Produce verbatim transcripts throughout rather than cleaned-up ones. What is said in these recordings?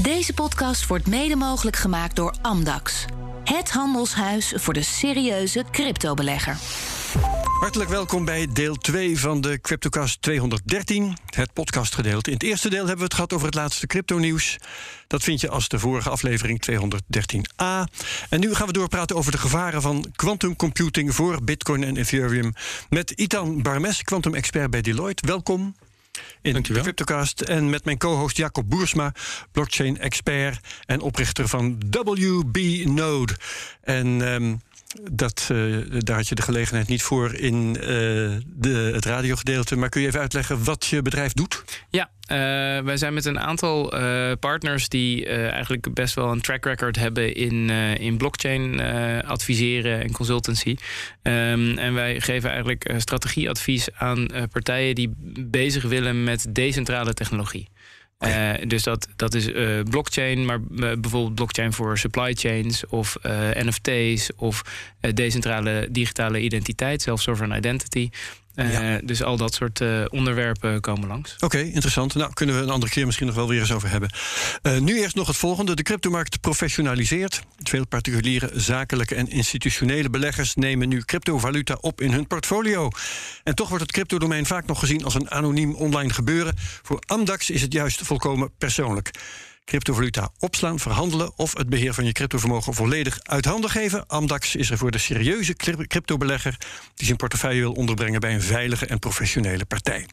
Deze podcast wordt mede mogelijk gemaakt door Amdax. Het handelshuis voor de serieuze cryptobelegger. Hartelijk welkom bij deel twee van de CryptoCast tweehonderddertien, het podcastgedeelte. In het eerste deel hebben we het gehad over het laatste crypto-nieuws. Dat vind je als de vorige aflevering tweehonderddertien a. En nu gaan we doorpraten over de gevaren van quantum computing voor Bitcoin en Ethereum met Itan Barmes, quantum-expert bij Deloitte. Welkom in de CryptoCast. En met mijn co-host Jacob Boersma, blockchain-expert en oprichter van W B Node. En Um, Dat, uh, daar had je de gelegenheid niet voor in uh, de, het radiogedeelte. Maar kun je even uitleggen wat je bedrijf doet? Ja, uh, wij zijn met een aantal uh, partners die uh, eigenlijk best wel een track record hebben in, uh, in blockchain uh, adviseren en consultancy. Um, en wij geven eigenlijk uh, strategieadvies aan uh, partijen die bezig willen met decentrale technologie. Uh, dus dat, dat is uh, blockchain, maar uh, bijvoorbeeld blockchain voor supply chains of uh, N F T's of uh, decentrale digitale identiteit, self-sovereign identity. Uh, ja. Dus al dat soort uh, onderwerpen komen langs. Oké, okay, interessant. Nou, kunnen we een andere keer misschien nog wel weer eens over hebben. Uh, nu eerst nog het volgende. De cryptomarkt professionaliseert. Veel particuliere, zakelijke en institutionele beleggers nemen nu cryptovaluta op in hun portfolio. En toch wordt het cryptodomein vaak nog gezien als een anoniem online gebeuren. Voor Amdax is het juist volkomen persoonlijk. Cryptovaluta opslaan, verhandelen of het beheer van je cryptovermogen volledig uit handen geven. Amdax is er voor de serieuze cryptobelegger die zijn portefeuille wil onderbrengen bij een veilige en professionele partij.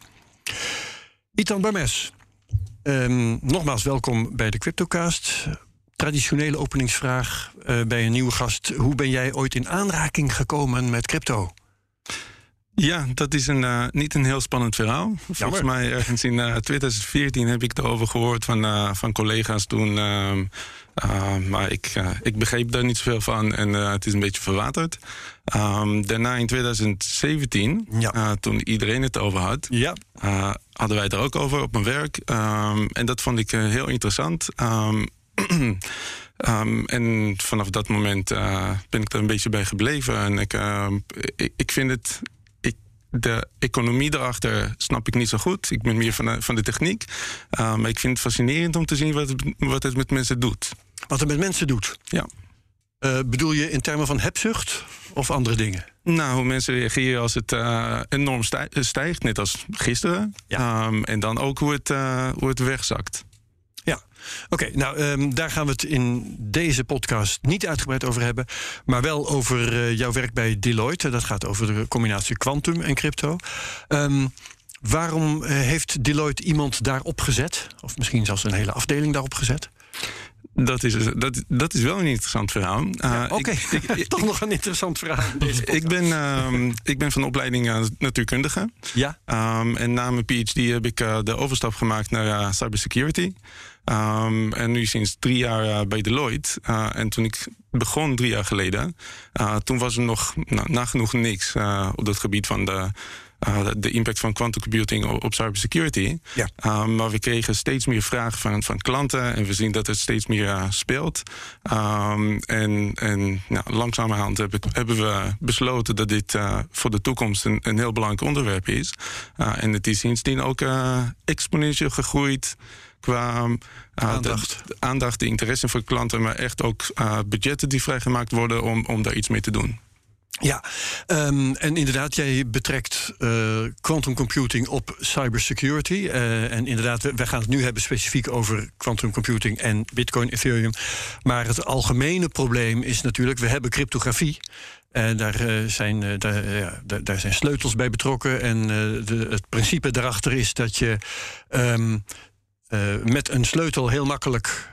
Itan Barmes, um, nogmaals welkom bij de CryptoCast. Traditionele openingsvraag uh, bij een nieuwe gast. Hoe ben jij ooit in aanraking gekomen met crypto? Ja, dat is een, uh, niet een heel spannend verhaal. Volgens Jammer. mij ergens in uh, twintig veertien heb ik erover gehoord van, uh, van collega's toen. Uh, uh, maar ik, uh, ik begreep daar niet zoveel van en uh, het is een beetje verwaterd. Um, daarna in twintig zeventien, ja. uh, toen iedereen het over had, ja. uh, hadden wij het er ook over op mijn werk. Um, en dat vond ik uh, heel interessant. Um, Um, en vanaf dat moment uh, ben ik er een beetje bij gebleven. En ik, uh, ik, ik vind het... Ik, de economie erachter snap ik niet zo goed. Ik ben meer van de, van de techniek. Uh, maar ik vind het fascinerend om te zien wat het, wat het met mensen doet. Wat het met mensen doet? Ja. Uh, bedoel je in termen van hebzucht of andere dingen? Nou, hoe mensen reageren als het uh, enorm stijgt, net als gisteren. Ja. Um, en dan ook hoe het, uh, hoe het wegzakt. Ja, oké. Okay, nou, um, daar gaan we het in deze podcast niet uitgebreid over hebben. Maar wel over uh, jouw werk bij Deloitte. Dat gaat over de combinatie quantum en crypto. Um, waarom uh, heeft Deloitte iemand daarop gezet? Of misschien zelfs een hele afdeling daarop gezet? Dat is, dat, dat is wel een interessant verhaal. Uh, ja, Oké, okay. Toch nog een interessant verhaal. ik, ben, uh, ik ben van opleiding uh, natuurkundige. Ja. Um, en na mijn P H D heb ik uh, de overstap gemaakt naar uh, cybersecurity. Um, en nu sinds drie jaar uh, bij Deloitte. Uh, en toen ik begon drie jaar geleden, uh, toen was er nog nou, nagenoeg niks uh, op dat gebied van de... Uh, de impact van quantum computing op, op cybersecurity. Ja. Uh, maar we kregen steeds meer vragen van, van klanten en we zien dat het steeds meer uh, speelt. Um, en en nou, langzamerhand heb ik, hebben we besloten dat dit uh, voor de toekomst een, een heel belangrijk onderwerp is. Uh, en het is sindsdien ook uh, exponentieel gegroeid qua uh, aandacht. De, de aandacht, de interesse voor klanten, maar echt ook uh, budgetten die vrijgemaakt worden om, om daar iets mee te doen. Ja, um, en inderdaad, jij betrekt uh, quantum computing op cybersecurity. Uh, en inderdaad, we, we gaan het nu hebben specifiek over quantum computing en Bitcoin, Ethereum. Maar het algemene probleem is natuurlijk, we hebben cryptografie. En daar, uh, zijn, uh, daar, uh, ja, daar, daar zijn sleutels bij betrokken. En uh, de, het principe daarachter is dat je um, uh, met een sleutel heel makkelijk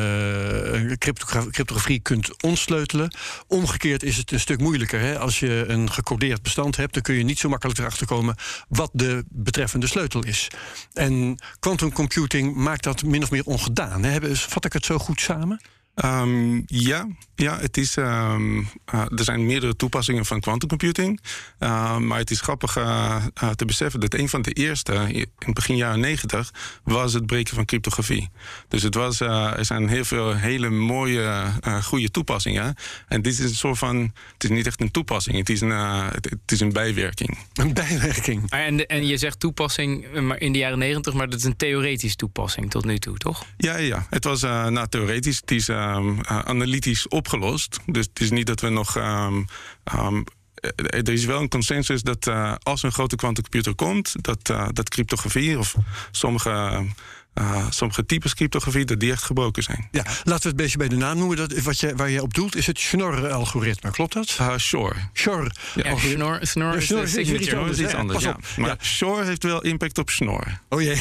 Uh, cryptogra- cryptografie kunt ontsleutelen. Omgekeerd is het een stuk moeilijker. Hè? Als je een gecodeerd bestand hebt, dan kun je niet zo makkelijk erachter komen wat de betreffende sleutel is. En quantum computing maakt dat min of meer ongedaan. Hè? Vat ik het zo goed samen? Um, ja, ja, het is, um, uh, er zijn meerdere toepassingen van quantum computing. Uh, maar het is grappig uh, uh, te beseffen dat een van de eerste, in het begin jaren negentig, was het breken van cryptografie. Dus het was, uh, er zijn heel veel hele mooie, uh, goede toepassingen. En dit is een soort van, het is niet echt een toepassing, het is een, uh, het, het is een bijwerking. Een bijwerking. En, en je zegt toepassing maar in de jaren negentig, maar dat is een theoretische toepassing tot nu toe, toch? Ja, ja. Het was uh, nou, theoretisch, het is um, uh, analytisch opgelost. Dus het is niet dat we nog... Um, um, er is wel een consensus dat uh, als een grote quantumcomputer komt, dat, uh, dat cryptografie of sommige... Uh, sommige types cryptografie, dat die echt gebroken zijn. Ja, laten we het een beetje bij de naam noemen. Dat, wat je, waar je op doelt is het Schnorr-algoritme, klopt dat? Uh, Shor. Shor. Ja, ja, Schnorr, Schnorr ja, is, Schnorr is, is iets anders. Iets anders ja. Maar ja. Shor heeft wel impact op Schnorr. Oh jee.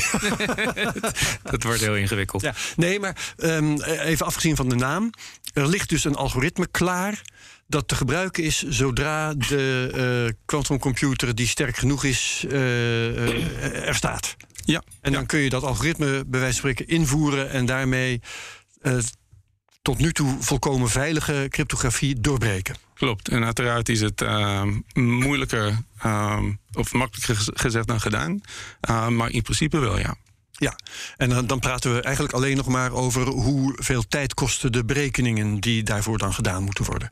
Dat wordt heel ingewikkeld. Ja, nee, maar um, even afgezien van de naam. Er ligt dus een algoritme klaar dat te gebruiken is zodra de kwantumcomputer uh, die sterk genoeg is uh, uh, er staat. Ja. En dan ja. kun je dat algoritme bij wijze van spreken invoeren en daarmee uh, tot nu toe volkomen veilige cryptografie doorbreken. Klopt. En uiteraard is het uh, moeilijker uh, of makkelijker gezegd dan gedaan. Uh, maar in principe wel, ja. Ja, en dan, dan praten we eigenlijk alleen nog maar over hoeveel tijd kosten de berekeningen die daarvoor dan gedaan moeten worden.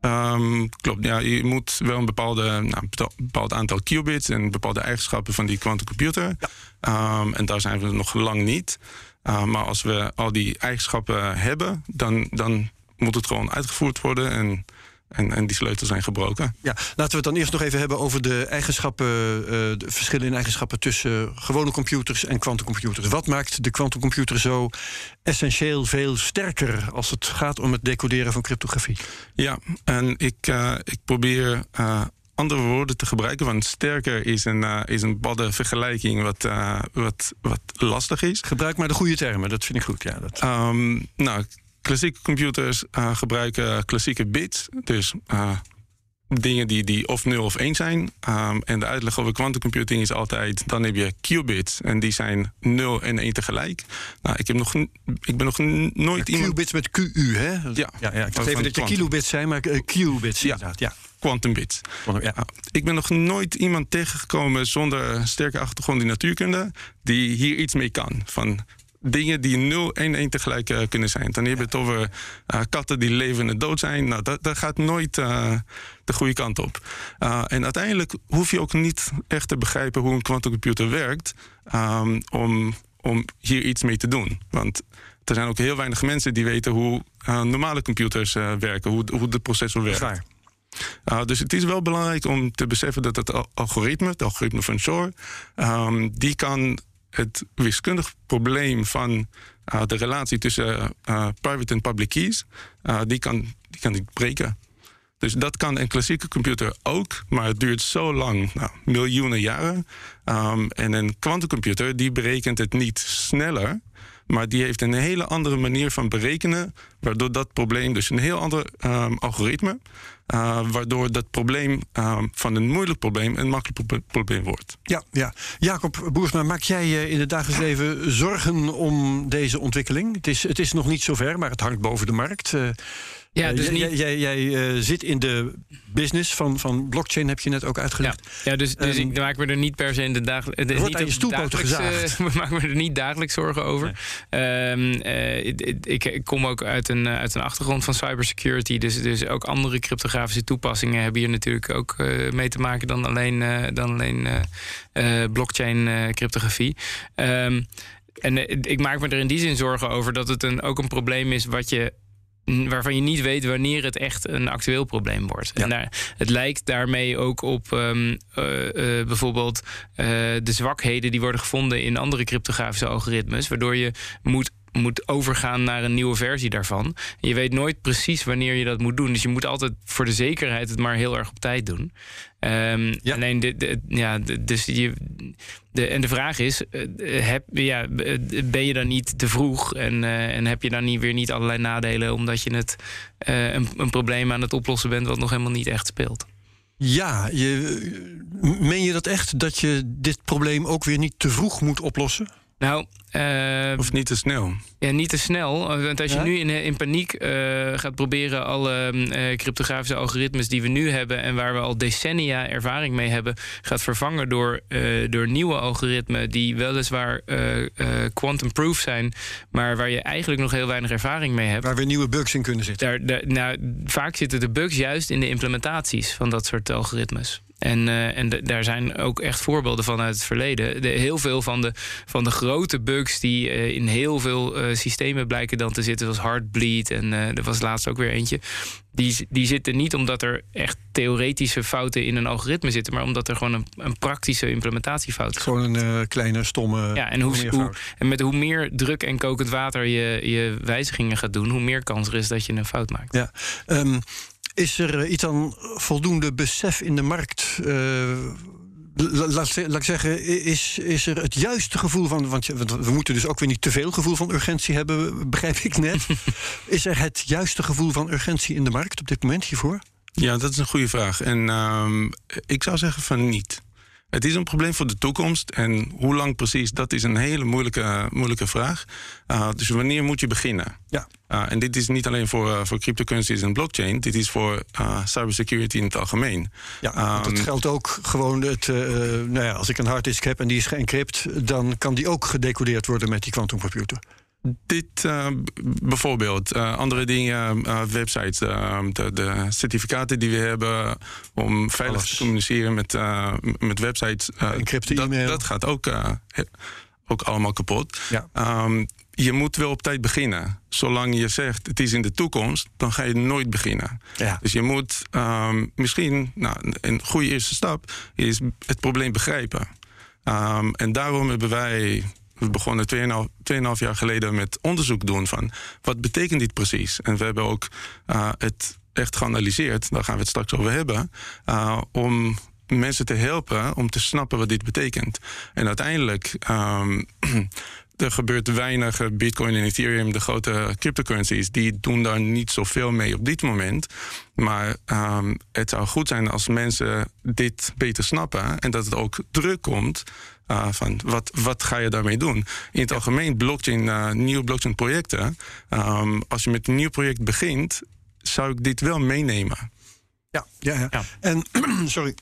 Um, klopt, ja, je moet wel een bepaalde, nou, bepaald aantal qubits en bepaalde eigenschappen van die quantumcomputer. Ja. Um, en daar zijn we nog lang niet. Uh, maar als we al die eigenschappen hebben, dan, dan moet het gewoon uitgevoerd worden en, en, en die sleutels zijn gebroken. Ja, laten we het dan eerst nog even hebben over de eigenschappen, uh, de verschillen in eigenschappen tussen gewone computers en quantumcomputers. Wat maakt de quantumcomputer zo essentieel veel sterker als het gaat om het decoderen van cryptografie? Ja, en ik, uh, ik probeer uh, andere woorden te gebruiken, want sterker is een, uh, is een bepaalde vergelijking wat, uh, wat, wat lastig is. Gebruik maar de goede termen, dat vind ik goed. Ja, dat... um, nou, klassieke computers uh, gebruiken klassieke bits, dus uh, dingen die, die of nul of één zijn. Um, en de uitleg over quantumcomputing is altijd, dan heb je qubits en die zijn nul en één tegelijk. Nou, ik, heb nog, ik ben nog nooit ja, iemand... Qubits met Q U, hè? Ja, ja, ja ik dacht even dat je kilobits zijn, maar uh, qubits ja. inderdaad, ja. Quantum bits. Ja. Uh, ik ben nog nooit iemand tegengekomen zonder sterke achtergrond in natuurkunde die hier iets mee kan. Van dingen die nul en één tegelijk uh, kunnen zijn. Dan heb je het over uh, katten die leven en dood zijn. Nou, dat, dat gaat nooit uh, de goede kant op. Uh, en uiteindelijk hoef je ook niet echt te begrijpen hoe een quantumcomputer werkt um, om, om hier iets mee te doen. Want er zijn ook heel weinig mensen die weten hoe uh, normale computers uh, werken, hoe, hoe de processor werkt. Dat is waar. Uh, dus het is wel belangrijk om te beseffen dat het algoritme, het algoritme van Shor, um, die kan het wiskundig probleem van uh, de relatie tussen uh, private en public keys, uh, die kan die kan die breken. Dus dat kan een klassieke computer ook, maar het duurt zo lang, nou, miljoenen jaren. Um, en een quantumcomputer die berekent het niet sneller, maar die heeft een hele andere manier van berekenen, waardoor dat probleem, dus een heel ander um, algoritme, uh, waardoor dat probleem um, van een moeilijk probleem een makkelijk pro- probleem wordt. Ja, ja. Jacob Boersma, maak jij je in het dagelijks leven zorgen om deze ontwikkeling? Het is, het is nog niet zover, maar het hangt boven de markt. Uh, Ja, dus niet... Jij, jij, jij uh, zit in de business van, van blockchain, heb je net ook uitgelegd. Ja, ja dus, dus um, ik maak me er niet per se in de dagelijks... Er wordt aan je stoelpoten gezaagd. Ik maak me er niet dagelijks zorgen over. Nee. Um, uh, ik, ik kom ook uit een, uit een achtergrond van cybersecurity. Dus, dus ook andere cryptografische toepassingen hebben hier natuurlijk ook uh, mee te maken dan alleen, uh, dan alleen uh, uh, blockchain uh, cryptografie. Um, en uh, ik maak me er in die zin zorgen over dat het een, ook een probleem is wat je... waarvan je niet weet wanneer het echt een actueel probleem wordt. Ja. En daar, het lijkt daarmee ook op um, uh, uh, bijvoorbeeld uh, de zwakheden die worden gevonden in andere cryptografische algoritmes, waardoor je moet moet overgaan naar een nieuwe versie daarvan. En je weet nooit precies wanneer je dat moet doen. Dus je moet altijd voor de zekerheid het maar heel erg op tijd doen. Um, ja. Alleen de, de, ja, de, dus je, de, en de vraag is, uh, heb, ja, ben je dan niet te vroeg en, uh, en heb je dan niet, weer niet allerlei nadelen omdat je het, uh, een, een probleem aan het oplossen bent wat nog helemaal niet echt speelt? Ja, je, meen je dat echt, dat je dit probleem ook weer niet te vroeg moet oplossen? Nou, Uh, of niet te snel? Ja, niet te snel. Want als je ja? nu in, in paniek uh, gaat proberen alle uh, cryptografische algoritmes die we nu hebben en waar we al decennia ervaring mee hebben, gaat vervangen door, uh, door nieuwe algoritmen die weliswaar uh, uh, quantum proof zijn, maar waar je eigenlijk nog heel weinig ervaring mee hebt. Waar weer nieuwe bugs in kunnen zitten. Daar, daar, nou, vaak zitten de bugs juist in de implementaties van dat soort algoritmes. En, uh, en de, daar zijn ook echt voorbeelden van uit het verleden. De, heel veel van de, van de grote bugs die uh, in heel veel uh, systemen blijken dan te zitten, zoals Heartbleed en uh, er was laatst ook weer eentje. Die, die zitten niet omdat er echt theoretische fouten in een algoritme zitten, maar omdat er gewoon een, een praktische implementatiefout is. Gewoon een uh, kleine, stomme... Ja, en, hoe, hoe, en met hoe meer druk en kokend water je, je wijzigingen gaat doen, hoe meer kans er is dat je een fout maakt. Ja. Um, Is er iets aan voldoende besef in de markt? Uh, laat, laat ik zeggen, is, is er het juiste gevoel van... Want we moeten dus ook weer niet te veel gevoel van urgentie hebben, begrijp ik net. Is er het juiste gevoel van urgentie in de markt op dit moment hiervoor? Ja, dat is een goede vraag. En um, ik zou zeggen van niet. Het is een probleem voor de toekomst. En hoe lang precies, dat is een hele moeilijke, moeilijke vraag. Uh, dus wanneer moet je beginnen? Ja. Uh, en dit is niet alleen voor, uh, voor cryptocurrencies en blockchain. Dit is voor uh, cybersecurity in het algemeen. Ja, um, dat geldt ook gewoon. Het, uh, nou ja, als ik een harddisk heb en die is geëncrypt, dan kan die ook gedecodeerd worden met die quantumcomputer. Dit uh, bijvoorbeeld, uh, andere dingen, uh, websites, uh, de, de certificaten die we hebben om veilig Alles. te communiceren met, uh, met websites. Uh, Encrypte dat, e-mail. Dat gaat ook, uh, ook allemaal kapot. Ja. Um, je moet wel op tijd beginnen. Zolang je zegt het is in de toekomst, dan ga je nooit beginnen. Ja. Dus je moet um, misschien, nou, een goede eerste stap is het probleem begrijpen. Um, en daarom hebben wij... We begonnen twee en een half jaar geleden met onderzoek doen van wat betekent dit precies? En we hebben ook uh, het echt geanalyseerd, daar gaan we het straks over hebben, uh, om mensen te helpen om te snappen wat dit betekent. En uiteindelijk, um, er gebeurt weinig. Bitcoin en Ethereum, de grote cryptocurrencies, die doen daar niet zoveel mee op dit moment. Maar um, het zou goed zijn als mensen dit beter snappen en dat het ook druk komt. Uh, van wat, wat ga je daarmee doen? In het algemeen, blockchain, uh, nieuwe blockchain projecten. Um, als je met een nieuw project begint, zou ik dit wel meenemen. Ja, ja, ja. ja. En sorry.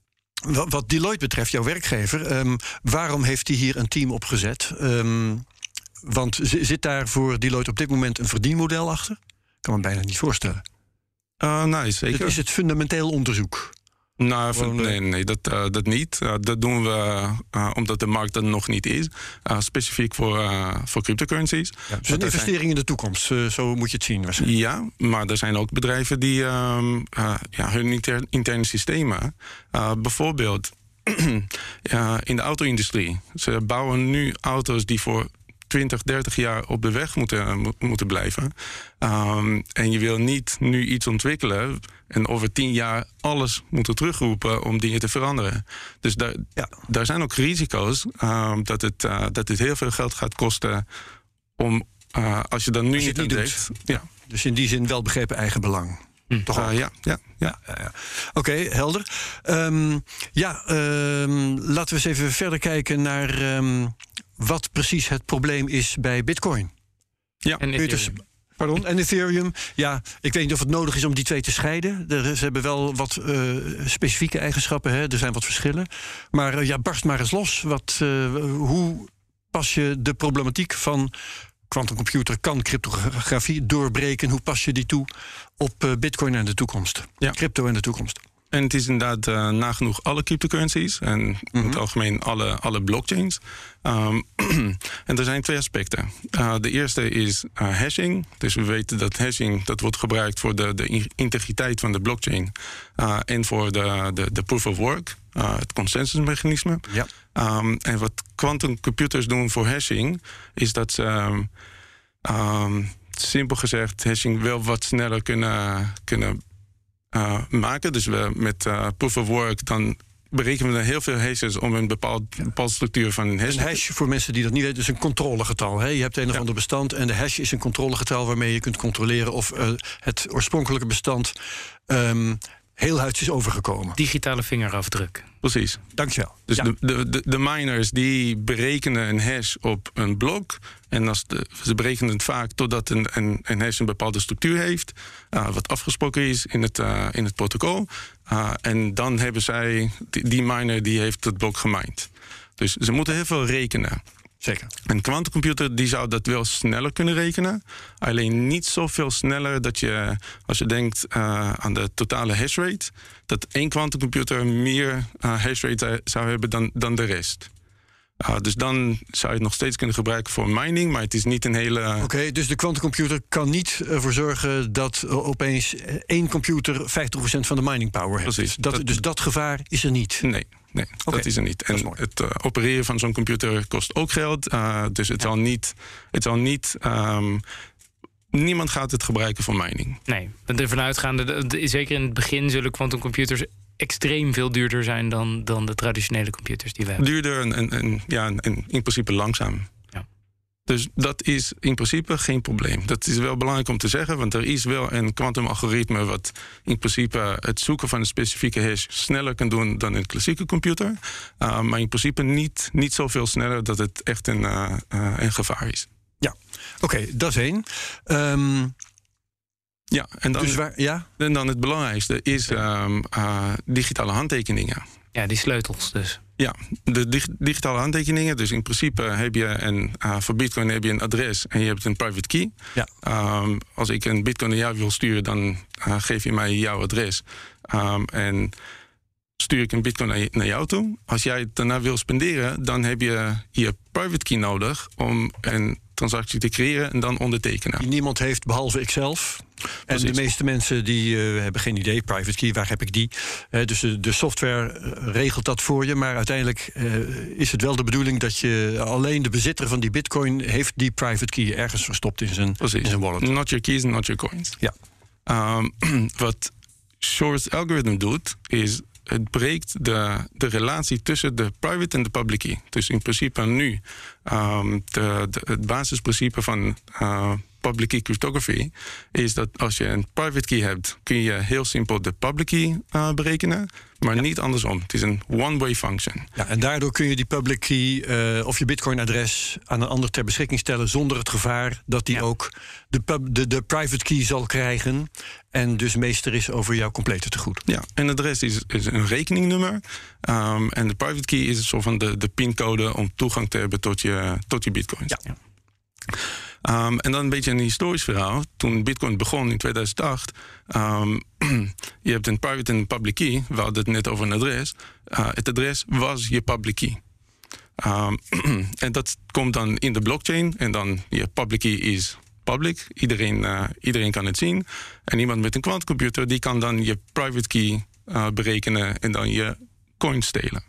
Wat Deloitte betreft, jouw werkgever, um, waarom heeft hij hier een team opgezet? Um, want zit daar voor Deloitte op dit moment een verdienmodel achter? Ik kan me bijna niet voorstellen. Uh, nee, zeker. Het is het fundamenteel onderzoek. Nou, Gewoon, nee, nee, dat, uh, dat niet. Uh, dat doen we uh, omdat de markt er nog niet is. Uh, specifiek voor, uh, voor cryptocurrencies. Ja, dus een investering zijn... in de toekomst, uh, zo moet je het zien waarschijnlijk. Ja, maar er zijn ook bedrijven die um, uh, ja, hun inter, interne systemen... Uh, bijvoorbeeld uh, in de auto-industrie. Ze bouwen nu auto's die voor twintig, dertig jaar op de weg moeten, mo- moeten blijven. Um, en je wil niet nu iets ontwikkelen en over tien jaar alles moeten terugroepen om dingen te veranderen. Dus daar, ja. daar zijn ook risico's um, dat, het, uh, dat het heel veel geld gaat kosten om, uh, als je dan nu als je niet aan denkt. Ja. Dus in die zin wel begrepen eigen belang. Hm. Toch uh, ja, ja, ja. ja, ja. Oké, okay, helder. Um, ja, um, laten we eens even verder kijken naar um, wat precies het probleem is bij Bitcoin. Ja, en Ethereum. Pardon, en Ethereum. Ja, ik weet niet of het nodig is om die twee te scheiden. Er, ze hebben wel wat uh, specifieke eigenschappen, hè. Er zijn wat verschillen. Maar uh, ja, barst maar eens los. Wat, uh, hoe pas je de problematiek van quantumcomputer kan cryptografie doorbreken? Hoe pas je die toe op uh, Bitcoin en de toekomst? Ja. Crypto en de toekomst. En het is inderdaad uh, nagenoeg alle cryptocurrencies en mm-hmm. in het algemeen alle, alle blockchains. Um, en er zijn twee aspecten. Uh, de eerste is uh, hashing. Dus we weten dat hashing dat wordt gebruikt voor de, de integriteit van de blockchain uh, en voor de, de, de proof of work, uh, het consensusmechanisme. Ja. Um, en wat quantumcomputers doen voor hashing is dat ze, um, um, simpel gezegd, hashing wel wat sneller kunnen, kunnen Uh, maken. Dus we met uh, proof of work dan berekenen we heel veel hashes om een bepaald, bepaalde structuur van een hash. Een hash, voor mensen die dat niet weten, is een controlegetal. Hè? Je hebt een of ja. ander bestand en de hash is een controlegetal waarmee je kunt controleren of uh, het oorspronkelijke bestand um, heelhuids is overgekomen. Digitale vingerafdruk. Precies. Dankjewel. Dus ja. de, de, de, de miners die berekenen een hash op een blok. En als de, ze berekenen het vaak totdat een, een, een hash een bepaalde structuur heeft. Uh, wat afgesproken is in het, uh, in het protocol. Uh, en dan hebben zij, die, die miner die heeft het blok gemined. Dus ze moeten heel veel rekenen. Zeker. Een quantumcomputer die zou dat wel sneller kunnen rekenen. Alleen niet zoveel sneller dat je, als je denkt uh, aan de totale hashrate, dat één quantumcomputer meer uh, hashrate zou hebben dan, dan de rest. Uh, dus dan zou je het nog steeds kunnen gebruiken voor mining, maar het is niet een hele... Oké, okay, dus de quantumcomputer kan niet ervoor zorgen dat uh, opeens één computer vijftig procent van de mining power heeft. Precies. Dat, dat, dus dat gevaar is er niet? Nee. Nee, okay. Dat is er niet. En het uh, opereren van zo'n computer kost ook geld. Uh, dus het ja. zal niet... Het zal niet um, niemand gaat het gebruiken voor mining. Nee, ervan uitgaande, zeker in het begin zullen quantumcomputers extreem veel duurder zijn dan, dan de traditionele computers die we hebben. Duurder en, en, en, ja, en in principe langzaam. Ja. Dus dat is in principe geen probleem. Dat is wel belangrijk om te zeggen, want er is wel een kwantumalgoritme wat in principe het zoeken van een specifieke hash sneller kan doen dan een klassieke computer. Uh, maar in principe niet, niet zoveel sneller dat het echt een, uh, uh, een gevaar is. Ja, oké, okay, dat is één. Um... Ja, en dan, dus waar, ja? en dan het belangrijkste is um, uh, digitale handtekeningen. Ja, die sleutels dus. Ja, de dig- digitale handtekeningen. Dus in principe heb je een, uh, voor Bitcoin heb je een adres en je hebt een private key. Ja. Um, als ik een Bitcoin naar jou wil sturen, dan uh, geef je mij jouw adres. Um, en stuur ik een Bitcoin naar, naar jou toe. Als jij het daarna wil spenderen, dan heb je je private key nodig om een transactie te creëren en dan ondertekenen. Die niemand heeft behalve ikzelf. Precies. En de meeste mensen die uh, hebben geen idee, private key, waar heb ik die? Uh, dus de, de software uh, regelt dat voor je, maar uiteindelijk uh, is het wel de bedoeling dat je alleen de bezitter van die bitcoin heeft die private key ergens verstopt in zijn, in zijn wallet. Not your keys, not your coins. Ja. Um, wat Shor's algoritme doet, is het breekt de, de relatie tussen de private en de public key. Dus in principe nu, um, de, de, het basisprincipe van uh, public key cryptography is dat als je een private key hebt, kun je heel simpel de public key uh, berekenen, maar ja. niet andersom. Het is een one-way function. Ja, en daardoor kun je die public key uh, of je bitcoin-adres aan een ander ter beschikking stellen zonder het gevaar dat die ja. ook de, pub, de, de private key zal krijgen en dus meester is over jouw complete tegoed. Ja, en het adres is, is een rekeningnummer. Um, en de private key is een soort van de, de pincode om toegang te hebben tot je, tot je bitcoins. Ja. Um, en dan een beetje een historisch verhaal. Toen Bitcoin begon in tweeduizend acht... Um, je hebt een private en een public key. We hadden het net over een adres. Uh, het adres was je public key. Um, en dat komt dan in de blockchain. En dan je public key is public. Iedereen, uh, iedereen kan het zien. En iemand met een quantumcomputer die kan dan je private key uh, berekenen en dan je coin stelen.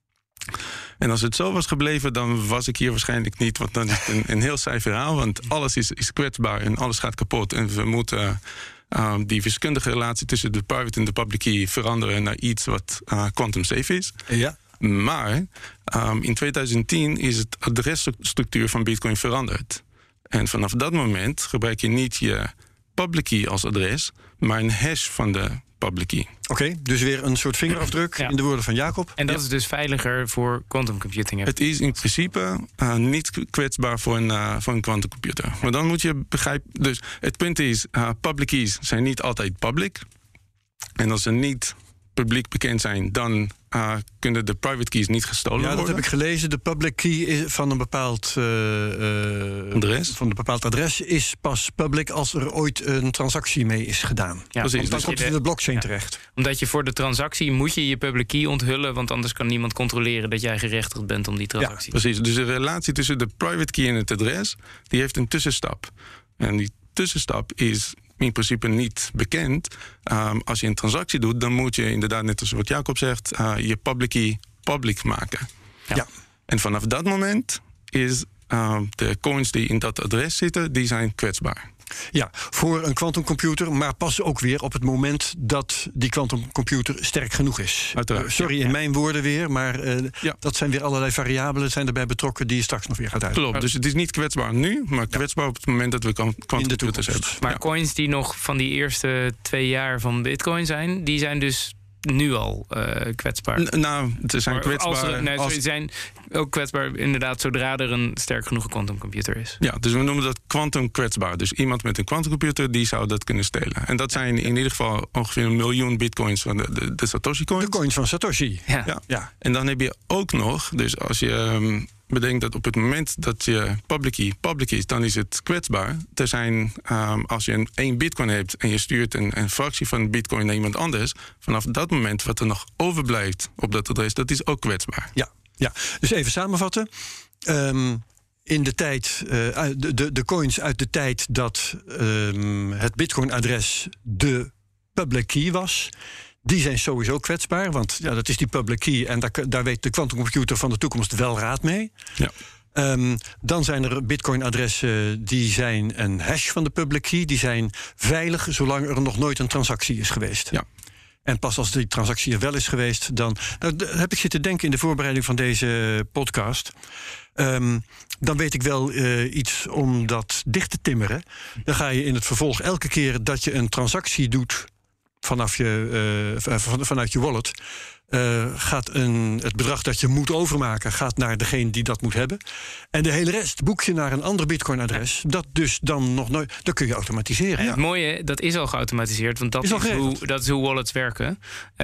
En als het zo was gebleven, dan was ik hier waarschijnlijk niet. Want dan is het een, een heel saai verhaal. Want alles is, is kwetsbaar en alles gaat kapot. En we moeten uh, die wiskundige relatie tussen de private en de public key veranderen naar iets wat uh, quantum safe is. Ja. Maar um, in tweeduizend tien is het adresstructuur van Bitcoin veranderd. En vanaf dat moment gebruik je niet je public key als adres, maar een hash van de public key. Oké, okay, dus weer een soort vingerafdruk ja. in de woorden van Jacob. En dat ja. is dus veiliger voor quantum computing. Het is in principe uh, niet kwetsbaar voor een, uh, voor een quantumcomputer. Maar dan moet je begrijpen. Dus het punt is, uh, public keys zijn niet altijd public. En als ze niet publiek bekend zijn, dan uh, kunnen de private keys niet gestolen worden. Ja, dat heb ik gelezen. De public key is van een bepaald uh, uh, adres. Van een bepaald adres is pas public als er ooit een transactie mee is gedaan. Ja, precies. Want dan dus komt het in de blockchain ja. terecht. Omdat je voor de transactie moet je je public key onthullen, want anders kan niemand controleren dat jij gerechtigd bent om die transactie. Ja, precies. Dus de relatie tussen de private key en het adres, die heeft een tussenstap. En die tussenstap is in principe niet bekend. Um, als je een transactie doet, dan moet je inderdaad, net als wat Jacob zegt, uh, je public key public maken. Ja. Ja. En vanaf dat moment is uh, de coins die in dat adres zitten, die zijn kwetsbaar. Ja, voor een quantumcomputer, maar pas ook weer op het moment dat die quantumcomputer sterk genoeg is. Uh, sorry, ja, in ja. mijn woorden weer, maar uh, ja. dat zijn weer allerlei variabelen zijn erbij betrokken die je straks nog weer gaat uit. Klopt, dus het is niet kwetsbaar nu, maar kwetsbaar op het moment dat we quantumcomputers hebben. Maar ja. coins die nog van die eerste twee jaar van Bitcoin zijn, die zijn dus nu al uh, kwetsbaar. N- nou, ze zijn maar kwetsbaar. Als er, nee, als... Ze zijn ook kwetsbaar inderdaad zodra er een sterk genoeg quantumcomputer is. Ja, dus we noemen dat quantum kwetsbaar. Dus iemand met een quantumcomputer die zou dat kunnen stelen. En dat zijn in ieder geval ongeveer een miljoen bitcoins van de, de, de Satoshi coins. De coins van Satoshi. Ja. Ja. ja. En dan heb je ook nog, dus als je um, bedenkt dat op het moment dat je public key public is, dan is het kwetsbaar. Er zijn, um, als je een één bitcoin hebt en je stuurt een, een fractie van een bitcoin naar iemand anders, vanaf dat moment wat er nog overblijft op dat adres, dat is ook kwetsbaar. Ja, ja. Dus even samenvatten. Um, in de tijd, uh, de, de, de coins uit de tijd dat um, het bitcoin-adres de public key was, die zijn sowieso kwetsbaar, want ja, dat is die public key en daar, daar weet de quantumcomputer van de toekomst wel raad mee. Ja. Um, dan zijn er bitcoin-adressen die zijn een hash van de public key, die zijn veilig zolang er nog nooit een transactie is geweest. Ja. En pas als die transactie er wel is geweest, dan nou, d- heb ik zitten denken in de voorbereiding van deze podcast. Um, dan weet ik wel uh, iets om dat dicht te timmeren. Dan ga je in het vervolg elke keer dat je een transactie doet vanaf je, uh, van, vanuit je wallet, Uh, gaat een, het bedrag dat je moet overmaken gaat naar degene die dat moet hebben. En de hele rest boek je naar een ander bitcoin-adres. Dat dus dan nog nooit. Dat kun je automatiseren. En ja. het mooie, dat is al geautomatiseerd, want dat is, is hoe, dat is hoe wallets werken.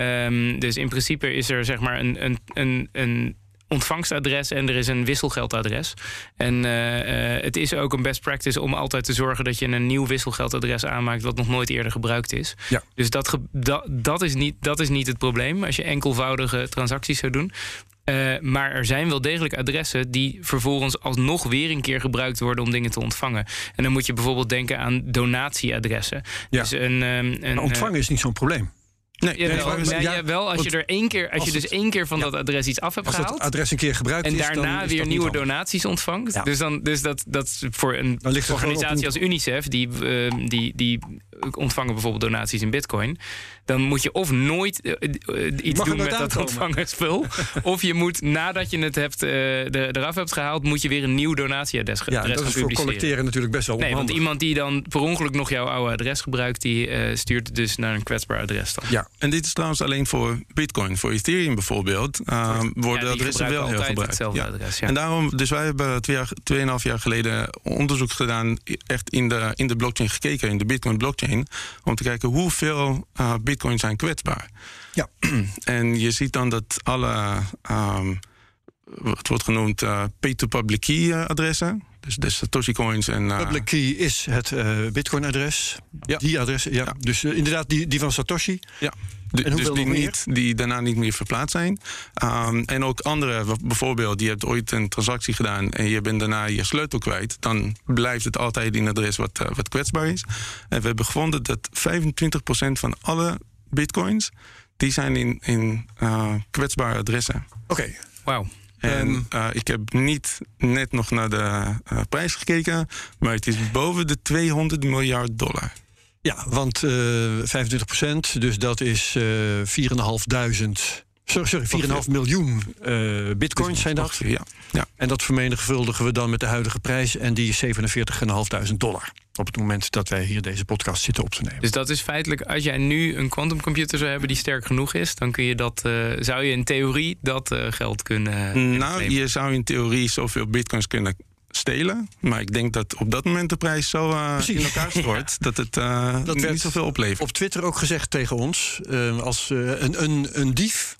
Um, dus in principe is er zeg maar een, een, een, een ontvangstadres en er is een wisselgeldadres. En uh, uh, het is ook een best practice om altijd te zorgen dat je een nieuw wisselgeldadres aanmaakt wat nog nooit eerder gebruikt is. Ja. Dus dat, ge- dat, dat, is niet, dat is niet het probleem als je enkelvoudige transacties zou doen. Uh, maar er zijn wel degelijk adressen die vervolgens alsnog weer een keer gebruikt worden om dingen te ontvangen. En dan moet je bijvoorbeeld denken aan donatieadressen. Ja. Dus een, um, een, maar ontvangen is niet zo'n probleem. Nee, ja, nee, wel, maar, nee, ja, ja, wel als je er één keer, als, als je dus één keer van ja, dat adres iets af hebt als gehaald. Als het adres een keer gebruikt en is, daarna dan weer is nieuwe donaties ontvangt. Ja. Dus, dan, dus dat, dat voor een organisatie als UNICEF, die, uh, die, die ontvangen bijvoorbeeld donaties in bitcoin. Dan moet je of nooit uh, uh, iets doen met dat ontvangen spul. Of je moet, nadat je het hebt, uh, de, eraf hebt gehaald, moet je weer een nieuw donatieadres ja, gaan dat is voor collecteren natuurlijk best wel nee, onhandig. Want iemand die dan per ongeluk nog jouw oude adres gebruikt, die uh, stuurt dus naar een kwetsbaar adres dan. Ja, en dit is trouwens alleen voor Bitcoin. Voor Ethereum bijvoorbeeld uh, worden ja, adressen wel heel gebruikt. Ja. Adres, ja. En daarom, dus wij hebben twee jaar, tweeënhalf jaar geleden onderzoek gedaan, echt in de, in de blockchain gekeken, in de Bitcoin blockchain, om te kijken hoeveel uh, Bitcoin zijn kwetsbaar. Ja. En je ziet dan dat alle, um, het wordt genoemd uh, pay-to-public key uh, adressen. Dus de Satoshi coins en uh, public key is het uh, Bitcoin-adres. Ja. Die adres, ja. ja. Dus uh, inderdaad die, die van Satoshi. Ja. De, en dus die, niet, die daarna niet meer verplaatst zijn. Um, en ook andere, bijvoorbeeld, je hebt ooit een transactie gedaan en je bent daarna je sleutel kwijt. Dan blijft het altijd in een adres wat, uh, wat kwetsbaar is. En we hebben gevonden dat vijfentwintig procent van alle bitcoins, die zijn in, in uh, kwetsbare adressen. Oké. Okay. Wauw. En uh, ik heb niet net nog naar de uh, prijs gekeken, maar het is boven de tweehonderd miljard dollar. Ja, want uh, vijfentwintig procent, dus dat is uh, vierduizend Sorry, sorry vier komma vijf miljoen uh, bitcoins zijn dat. Ja, ja. En dat vermenigvuldigen we dan met de huidige prijs. En die is zevenenveertig vijfhonderd dollar. Op het moment dat wij hier deze podcast zitten op te nemen. Dus dat is feitelijk, als jij nu een quantumcomputer zou hebben die sterk genoeg is, dan kun je dat, uh, zou je in theorie dat uh, geld kunnen. Uh, nou, nemen. Je zou in theorie zoveel bitcoins kunnen stelen. Maar ik denk dat op dat moment de prijs zo uh, in elkaar stort ja. dat het uh, dat niet zoveel oplevert. Op Twitter ook gezegd tegen ons, uh, als uh, een, een, een dief,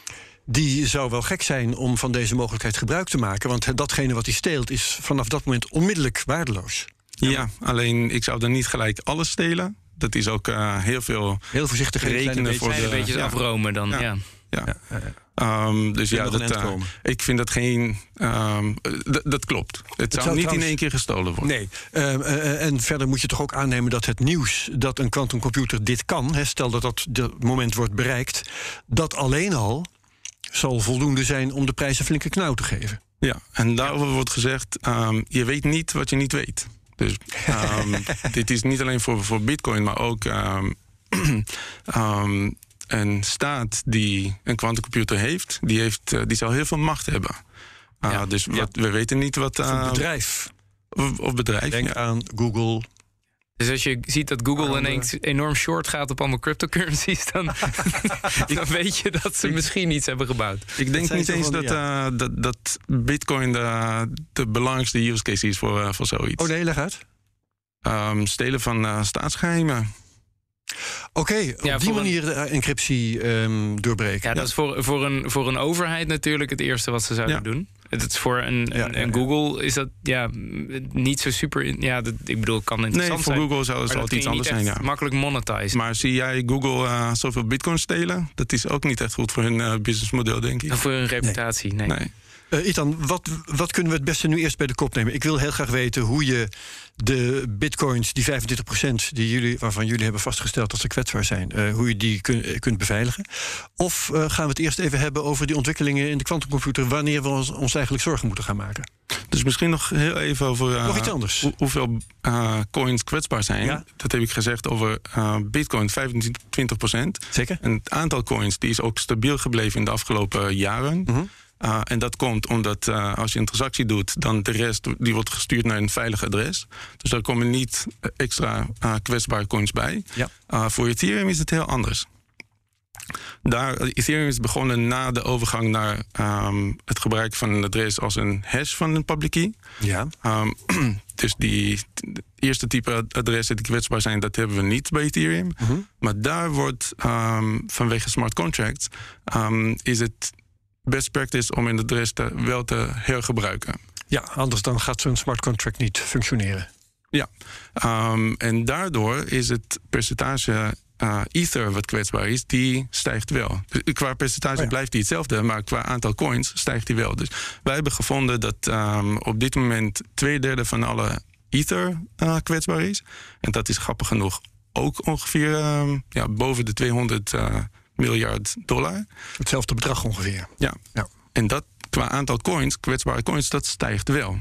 die zou wel gek zijn om van deze mogelijkheid gebruik te maken. Want datgene wat hij steelt is vanaf dat moment onmiddellijk waardeloos. Ja, ja, alleen ik zou dan niet gelijk alles stelen. Dat is ook uh, heel veel heel voorzichtig rekenen voor de... Een beetje afromen dan, ja. ja. ja. ja. ja. Um, dus ja, dat, uh, ik vind dat geen... Um, d- dat klopt. Het, het zou, zou niet trouwens... in één keer gestolen worden. Nee. Uh, uh, en verder moet je toch ook aannemen dat het nieuws dat een quantumcomputer dit kan, hè, stel dat dat het moment wordt bereikt, dat alleen al zal voldoende zijn om de prijs een flinke knauw te geven. Ja, en daarover wordt gezegd, um, je weet niet wat je niet weet. Dus um, dit is niet alleen voor, voor Bitcoin, maar ook um, um, een staat die een quantumcomputer heeft, die, heeft, uh, die zal heel veel macht hebben. Uh, ja, dus wat, ja. we weten niet wat... Uh, een bedrijf. Of, of bedrijf, Denk ja. aan Google. Dus als je ziet dat Google uh, ineens enorm short gaat op allemaal cryptocurrencies, dan, dan weet je dat ze misschien iets hebben gebouwd. Ik denk niet eens dat, ja. uh, dat, dat Bitcoin de, de belangrijkste use case is voor, uh, voor zoiets. Oh nee, leg uit. Um, stelen van uh, staatsgeheimen. Oké, okay, op ja, die manier een... de encryptie um, doorbreken. Ja, dat ja. is voor, voor, een, voor een overheid natuurlijk het eerste wat ze zouden ja. doen. Het is voor een, ja, een, een ja, Google is dat ja, niet zo super... Ja, dat, ik bedoel, kan interessant nee, voor zijn. Google zou het iets anders zijn, ja. Makkelijk monetizen. Maar zie jij Google uh, zoveel bitcoin stelen? Dat is ook niet echt goed voor hun uh, businessmodel, denk ik. En voor hun reputatie, nee. nee. nee. Uh, Ethan, wat, wat kunnen we het beste nu eerst bij de kop nemen? Ik wil heel graag weten hoe je de bitcoins, die vijfentwintig procent die jullie, waarvan jullie hebben vastgesteld dat ze kwetsbaar zijn, uh, hoe je die kun, uh, kunt beveiligen. Of uh, gaan we het eerst even hebben over die ontwikkelingen in de kwantumcomputer, wanneer we ons, ons eigenlijk zorgen moeten gaan maken? Dus misschien nog heel even over uh, nog iets anders. Hoe, hoeveel uh, coins kwetsbaar zijn. Ja? Dat heb ik gezegd over uh, bitcoin, vijfentwintig procent. Zeker. En het aantal coins die is ook stabiel gebleven in de afgelopen jaren. Mm-hmm. Uh, en dat komt omdat uh, als je een transactie doet, dan de rest die wordt gestuurd naar een veilig adres. Dus daar komen niet extra uh, kwetsbare coins bij. Ja. Uh, voor Ethereum is het heel anders. Daar, Ethereum is begonnen na de overgang naar um, het gebruik van een adres als een hash van een public key. Ja. Um, dus die de eerste type adressen die kwetsbaar zijn, dat hebben we niet bij Ethereum. Uh-huh. Maar daar wordt um, vanwege smart contracts um, is het best practice om een adres te, wel te hergebruiken. Ja, anders dan gaat zo'n smart contract niet functioneren. Ja, um, en daardoor is het percentage uh, Ether wat kwetsbaar is, die stijgt wel. Dus qua percentage oh ja. blijft die hetzelfde, maar qua aantal coins stijgt die wel. Dus wij hebben gevonden dat um, op dit moment twee derde van alle Ether uh, kwetsbaar is. En dat is grappig genoeg ook ongeveer um, ja, boven de tweehonderd uh, miljard dollar. Hetzelfde bedrag ongeveer. Ja. ja. En dat qua aantal coins, kwetsbare coins, dat stijgt wel.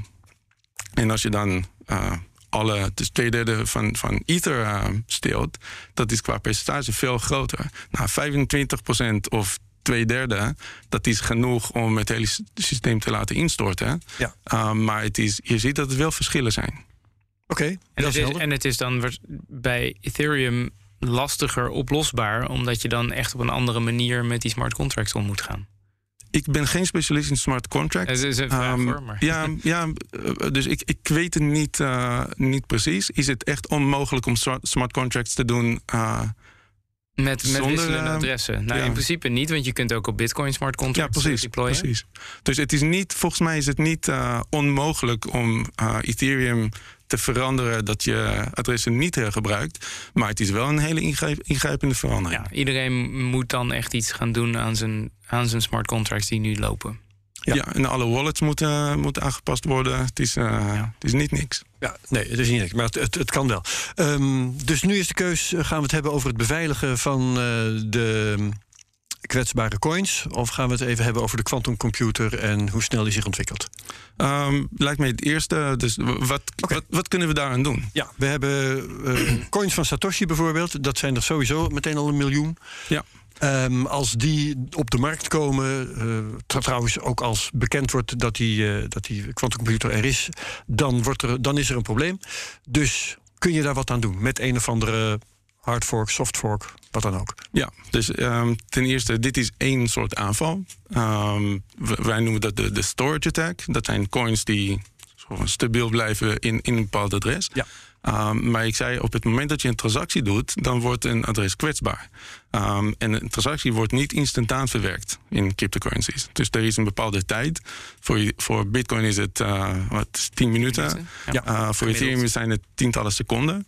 En als je dan uh, alle, dus twee derde van, van Ether uh, steelt, dat is qua percentage veel groter. Nou, vijfentwintig procent of twee derde, dat is genoeg om het hele systeem te laten instorten. Ja. Uh, maar het is, je ziet dat er wel verschillen zijn. Oké. Okay, en, en het is dan bij Ethereum lastiger oplosbaar, omdat je dan echt op een andere manier met die smart contracts om moet gaan. Ik ben geen specialist in smart contracts. Dat is een vraag um, hoor, maar. Ja, ja, dus ik, ik weet het niet, uh, niet precies. Is het echt onmogelijk om smart contracts te doen? Uh, met, met zonder, wisselende adressen? Nou, ja. In principe niet, want je kunt ook op Bitcoin smart contracts ja, precies, deployen. Precies. Dus het is niet, volgens mij is het niet uh, onmogelijk om uh, Ethereum te veranderen dat je adressen niet hergebruikt. Maar het is wel een hele ingrijp, ingrijpende verandering. Ja, iedereen moet dan echt iets gaan doen aan zijn, aan zijn smart contracts die nu lopen. Ja, ja en alle wallets moeten, moeten aangepast worden. Het is, uh, ja. het is niet niks. Ja, nee, het is niet niks, maar het, het, het kan wel. Um, dus nu is de keus, gaan we het hebben over het beveiligen van uh, de kwetsbare coins? Of gaan we het even hebben over de quantumcomputer en hoe snel die zich ontwikkelt? Um, lijkt mij het eerste. Dus wat, okay. wat, wat kunnen we daaraan doen? Ja, we hebben uh, coins van Satoshi bijvoorbeeld. Dat zijn er sowieso meteen al een miljoen. Ja. Um, als die op de markt komen, uh, trouwens ook als bekend wordt dat die, uh, dat die quantumcomputer er is, dan, wordt er, dan is er een probleem. Dus kun je daar wat aan doen met een of andere hardfork, softfork, wat dan ook? Ja, dus um, ten eerste, dit is één soort aanval. Um, wij noemen dat de, de storage attack. Dat zijn coins die stabiel blijven in, in een bepaald adres. Ja. Um, maar ik zei, op het moment dat je een transactie doet, dan wordt een adres kwetsbaar. Um, en een transactie wordt niet instantaan verwerkt in cryptocurrencies. Dus er is een bepaalde tijd. Voor, voor Bitcoin is het uh, wat, tien minuten. minuten. Ja. Uh, voor Ethereum zijn het tientallen seconden.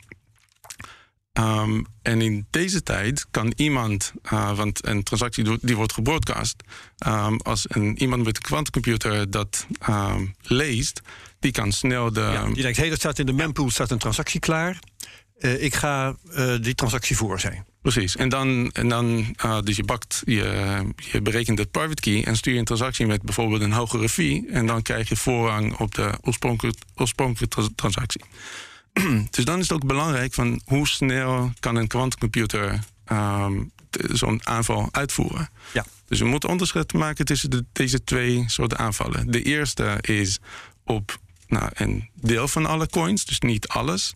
Um, en in deze tijd kan iemand, uh, want een transactie die wordt gebroadcast, um, als een, iemand met een quantumcomputer dat um, leest, die kan snel de... Ja, die denkt, hé, hey, dat staat in de mempool, staat een transactie klaar. Uh, ik ga uh, die transactie voor zijn. Precies. En dan, en dan uh, dus je bakt, je, je berekent de private key en stuur je een transactie met bijvoorbeeld een hogere fee. En dan krijg je voorrang op de oorspronkelijke, oorspronkelijke transactie. dus dan is het ook belangrijk van hoe snel kan een quantumcomputer um, zo'n aanval uitvoeren. Ja. Dus we moeten onderscheid maken tussen de, deze twee soorten aanvallen. De eerste is op nou, een deel van alle coins, dus niet alles.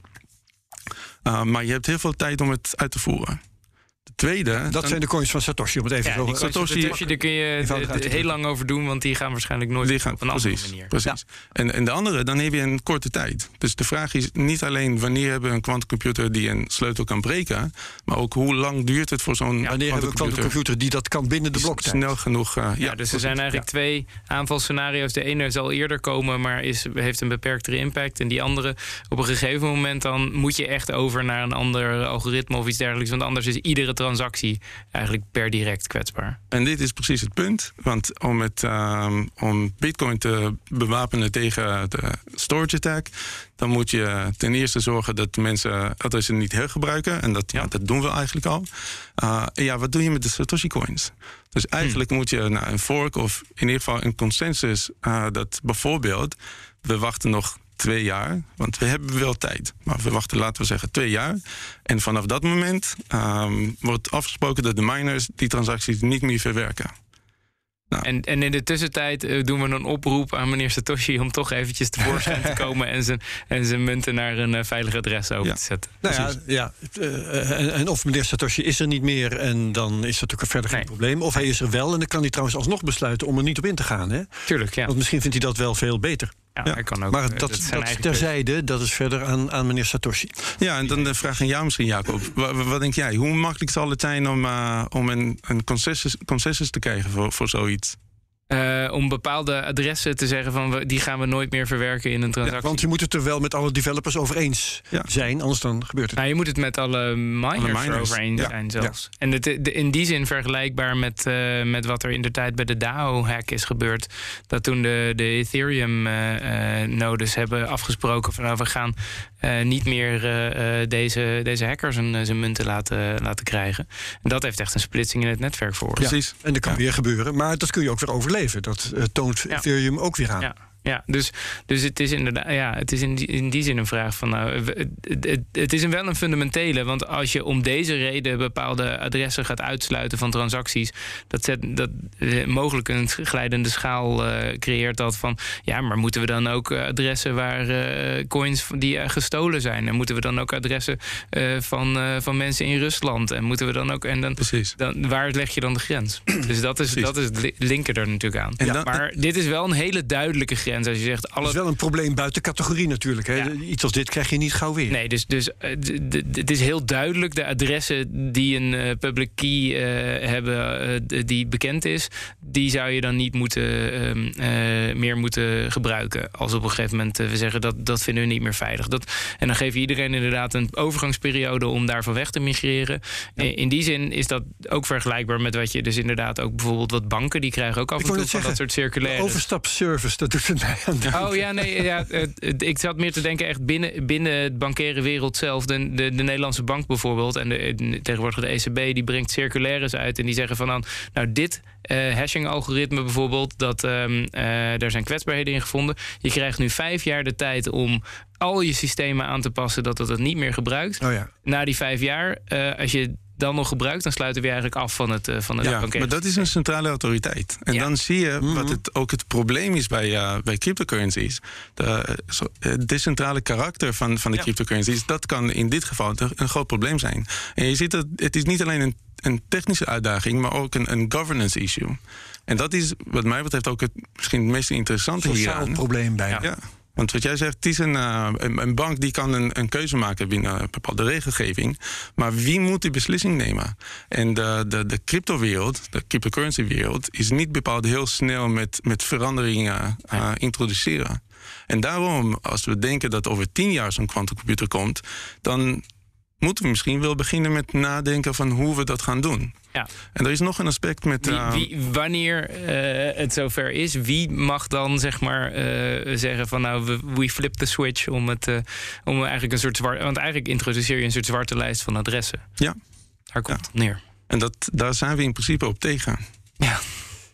Uh, maar je hebt heel veel tijd om het uit te voeren. De tweede... Dat dan, zijn de coins van Satoshi, om het even Ja, zo... die Satoshi, Satoshi, daar kun je de, de, heel lang over doen, want die gaan waarschijnlijk nooit die gaan, op een precies, andere manier. Precies. Ja. En, en de andere, dan heb je een korte tijd. Dus de vraag is niet alleen wanneer hebben we een quantumcomputer die een sleutel kan breken, maar ook hoe lang duurt het voor zo'n ja, wanneer hebben we een quantumcomputer die dat kan binnen de bloktijd? Snel genoeg. Uh, ja, ja, dus er zijn eigenlijk ja. twee aanvalscenario's. De ene zal eerder komen, maar is, heeft een beperktere impact. En die andere, op een gegeven moment dan moet je echt over naar een ander algoritme of iets dergelijks. Want anders is iedere transactie eigenlijk per direct kwetsbaar. En dit is precies het punt. Want om, het, um, om Bitcoin te bewapenen tegen de storage attack, dan moet je ten eerste zorgen dat mensen adressen niet hergebruiken. En dat, ja. Ja, dat doen we eigenlijk al. Uh, en ja, wat doe je met de Satoshi coins? Dus eigenlijk hmm. moet je nou, een fork of in ieder geval een consensus uh, dat bijvoorbeeld we wachten nog twee jaar, want we hebben wel tijd. Maar we wachten, laten we zeggen, twee jaar. En vanaf dat moment um, wordt afgesproken dat de miners die transacties niet meer verwerken. Nou. En, en in de tussentijd uh, doen we een oproep aan meneer Satoshi om toch eventjes tevoorschijn te komen en zijn, en zijn munten naar een uh, veilig adres over ja. te zetten. Nou ja, ja uh, en, en of meneer Satoshi is er niet meer en dan is dat natuurlijk verder geen nee. probleem. Of hij is er wel en dan kan hij trouwens alsnog besluiten om er niet op in te gaan. Hè? Tuurlijk, ja. Want misschien vindt hij dat wel veel beter. Ja, ja. Hij kan ook, maar dat, dat, dat is terzijde, dat is verder aan, aan meneer Satoshi. Ja, en dan de vraag aan jou misschien, Jacob. Wat, wat denk jij? Hoe makkelijk zal het zijn om, uh, om een, een consensus, consensus te krijgen voor, voor zoiets? Uh, om bepaalde adressen te zeggen van we, die gaan we nooit meer verwerken in een transactie. Ja, want je moet het er wel met alle developers over eens ja. zijn, anders dan gebeurt het. Nou, je moet het met alle miners, alle miners. over eens ja. zijn zelfs. Ja. En het, de, in die zin vergelijkbaar met, uh, met wat er in de tijd bij de DAO-hack is gebeurd. Dat toen de, de Ethereum-nodes uh, uh, hebben afgesproken van nou, we gaan uh, niet meer uh, deze, deze hackers een, zijn munten laten, laten krijgen. En dat heeft echt een splitsing in het netwerk veroorzaakt. Ja, precies. En dat kan ja. weer gebeuren, maar dat kun je ook weer overleven. Dat uh, toont ja. Ethereum ook weer aan. Ja. Ja, dus, dus het is inderdaad, ja, het is in die, in die zin een vraag van, nou, het, het, het is een wel een fundamentele, want als je om deze reden bepaalde adressen gaat uitsluiten van transacties, dat zet dat eh, mogelijk een glijdende schaal uh, creëert dat van, ja, maar moeten we dan ook adressen waar uh, coins die uh, gestolen zijn, en moeten we dan ook adressen uh, van, uh, van mensen in Rusland, en moeten we dan ook, en dan, dan waar leg je dan de grens? Dus dat is, dat is het linker er natuurlijk aan. Ja, maar dit is wel een hele duidelijke grens. Als je zegt, alle... Dat is wel een probleem buiten categorie natuurlijk. Hè? Ja. Iets als dit krijg je niet gauw weer. Nee, dus, dus uh, d- d- het is heel duidelijk. De adressen die een uh, public key uh, hebben uh, d- die bekend is, die zou je dan niet moeten, uh, uh, meer moeten gebruiken. Als op een gegeven moment uh, we zeggen dat dat vinden we niet meer veilig. Dat, en dan geef je iedereen inderdaad een overgangsperiode om daarvan weg te migreren. Ja. In die zin is dat ook vergelijkbaar met wat je dus inderdaad ook bijvoorbeeld wat banken, die krijgen ook af en toe van zeggen, dat soort circulaires. Overstapservice, dat doet het mij. Oh ja, nee, ja, ik zat meer te denken echt binnen, binnen het bankaire wereld zelf. De, de, de Nederlandse bank bijvoorbeeld en de, de, tegenwoordig de E C B, die brengt circulaires uit en die zeggen van dan, nou dit uh, hashing-algoritme bijvoorbeeld, dat um, uh, daar zijn kwetsbaarheden in gevonden. Je krijgt nu vijf jaar de tijd om al je systemen aan te passen dat het het niet meer gebruikt. Oh ja. Na die vijf jaar, uh, als je dan nog gebruikt, dan sluiten we eigenlijk af van het uh, van het ja, maar dat is een centrale autoriteit. En ja. dan zie je mm-hmm. wat het ook het probleem is bij, uh, bij cryptocurrencies. De uh, decentrale karakter van, van de ja. cryptocurrencies, dat kan in dit geval een groot probleem zijn. En je ziet dat het is niet alleen een, een technische uitdaging, maar ook een, een governance issue. En dat is wat mij betreft ook het misschien het meest interessante hieraan. Sociaal probleem bijna. Ja. Want wat jij zegt, het is een, uh, een, een bank die kan een, een keuze maken binnen een bepaalde regelgeving. Maar wie moet die beslissing nemen? En de, de, de cryptowereld, de cryptocurrency-wereld, is niet bepaald heel snel met, met veranderingen uh, introduceren. En daarom, als we denken dat over tien jaar zo'n quantumcomputer komt, dan moeten we misschien wel beginnen met nadenken van hoe we dat gaan doen. Ja. En er is nog een aspect met... Uh, wie, wie, wanneer uh, het zover is, wie mag dan zeg maar uh, zeggen van nou, we, we flip the switch om het uh, om eigenlijk een soort zwart, want eigenlijk introduceer je een soort zwarte lijst van adressen. Ja. Daar komt ja. het neer. En dat, daar zijn we in principe op tegen. Ja.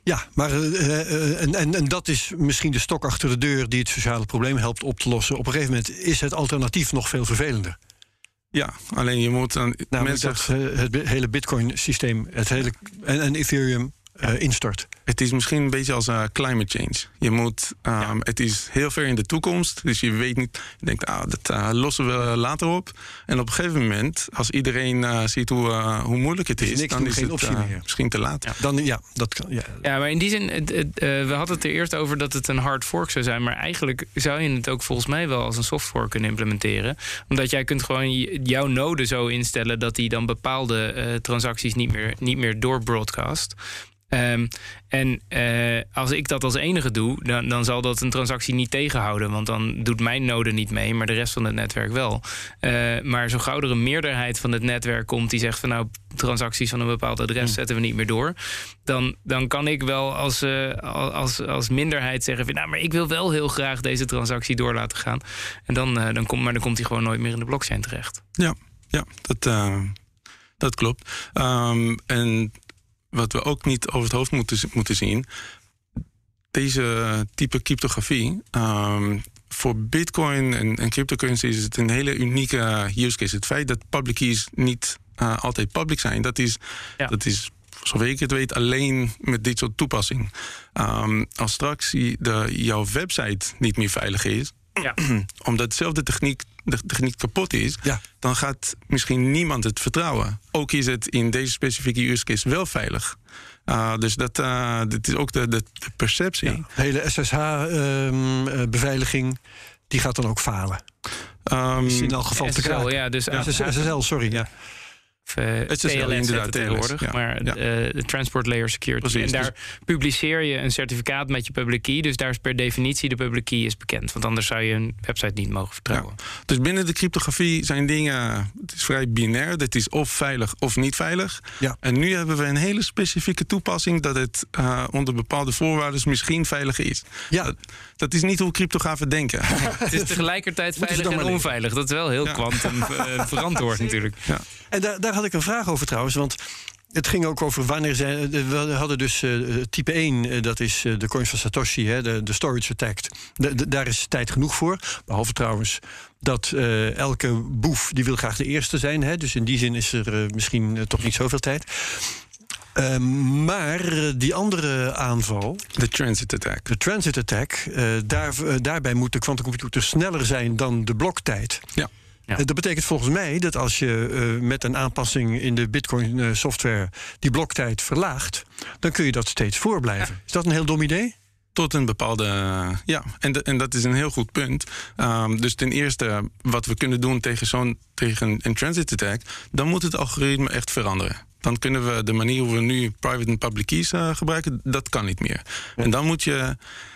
Ja, maar uh, uh, en, en, en dat is misschien de stok achter de deur die het sociale probleem helpt op te lossen. Op een gegeven moment is het alternatief nog veel vervelender. Ja, alleen je moet dan nou, mensen... dat uh, het hele Bitcoin-systeem, het hele en, en Ethereum uh, instort. Het is misschien een beetje als uh, climate change. Je moet, um, ja. Het is heel ver in de toekomst, dus je weet niet. Je denkt, ah, dat uh, lossen we later op. En op een gegeven moment, als iedereen uh, ziet hoe, uh, hoe moeilijk het is, is niks, dan is geen het optie uh, meer. Misschien te laat. Ja, dan, ja, dat kan, ja. ja, maar in die zin, het, het, uh, we hadden het er eerst over dat het een hard fork zou zijn, maar eigenlijk zou je het ook volgens mij wel als een soft fork kunnen implementeren, omdat jij kunt gewoon jouw node zo instellen dat die dan bepaalde uh, transacties niet meer, niet meer doorbroadcast. Um, en uh, als ik dat als enige doe, dan, dan zal dat een transactie niet tegenhouden. Want dan doet mijn node niet mee, maar de rest van het netwerk wel. Uh, maar zo gauw er een meerderheid van het netwerk komt die zegt van nou, transacties van een bepaald adres zetten we niet meer door. Dan, dan kan ik wel als, uh, als, als minderheid zeggen van nou, maar ik wil wel heel graag deze transactie door laten gaan. En dan, uh, dan komt, maar dan komt die gewoon nooit meer in de blockchain terecht. Ja, ja dat, uh, dat klopt. Um, en wat we ook niet over het hoofd moeten, moeten zien, deze type cryptografie, um, voor Bitcoin en, en cryptocurrency is het een hele unieke use case. Het feit dat public keys niet uh, altijd public zijn, dat is, ja. dat is, zover ik het weet, alleen met dit soort toepassing. Um, als straks de, jouw website niet meer veilig is, ja. omdat dezelfde techniek, de techniek kapot is, ja. dan gaat misschien niemand het vertrouwen. Ook is het in deze specifieke use case wel veilig. Uh, dus dat, uh, dat is ook de, de, de perceptie. Ja. De hele S S H-beveiliging, um, die gaat dan ook falen. Um, is in elk geval te kraken. Ja, dus ja. S S L, sorry, ja. Of, uh, T L S inderdaad tegenwoordig, ja. maar ja. de uh, Transport Layer Security. Precies, en daar dus publiceer je een certificaat met je public key. Dus daar is per definitie de public key is bekend. Want anders zou je een website niet mogen vertrouwen. Ja. Dus binnen de cryptografie zijn dingen, het is vrij binair. Dat is of veilig of niet veilig. Ja. En nu hebben we een hele specifieke toepassing dat het uh, onder bepaalde voorwaarden misschien veilig is. Ja. Dat, dat is niet hoe cryptografen denken. Het is tegelijkertijd veilig en onveilig. Dat is wel heel kwantum ja. uh, verantwoord natuurlijk. Ja. En daar, daar had ik een vraag over trouwens, want het ging ook over wanneer zij. We hadden dus uh, type één, uh, dat is uh, de coins van Satoshi, hè, de, de storage attack. De, de, daar is tijd genoeg voor. Behalve trouwens dat uh, elke boef die wil graag de eerste zijn. Hè, dus in die zin is er uh, misschien uh, toch niet zoveel tijd. Uh, maar uh, die andere aanval, de transit attack. De transit attack, uh, daar, uh, daarbij moet de quantumcomputer sneller zijn dan de bloktijd. Ja. Ja. Dat betekent volgens mij dat als je uh, met een aanpassing in de Bitcoin uh, software die bloktijd verlaagt, dan kun je dat steeds voorblijven. Ja. Is dat een heel dom idee? Tot een bepaalde, uh, ja, en, de, en dat is een heel goed punt. Um, dus ten eerste, wat we kunnen doen tegen zo'n tegen een transit attack, dan moet het algoritme echt veranderen. Dan kunnen we de manier hoe we nu private en public keys uh, gebruiken, dat kan niet meer. Ja. En dan moet je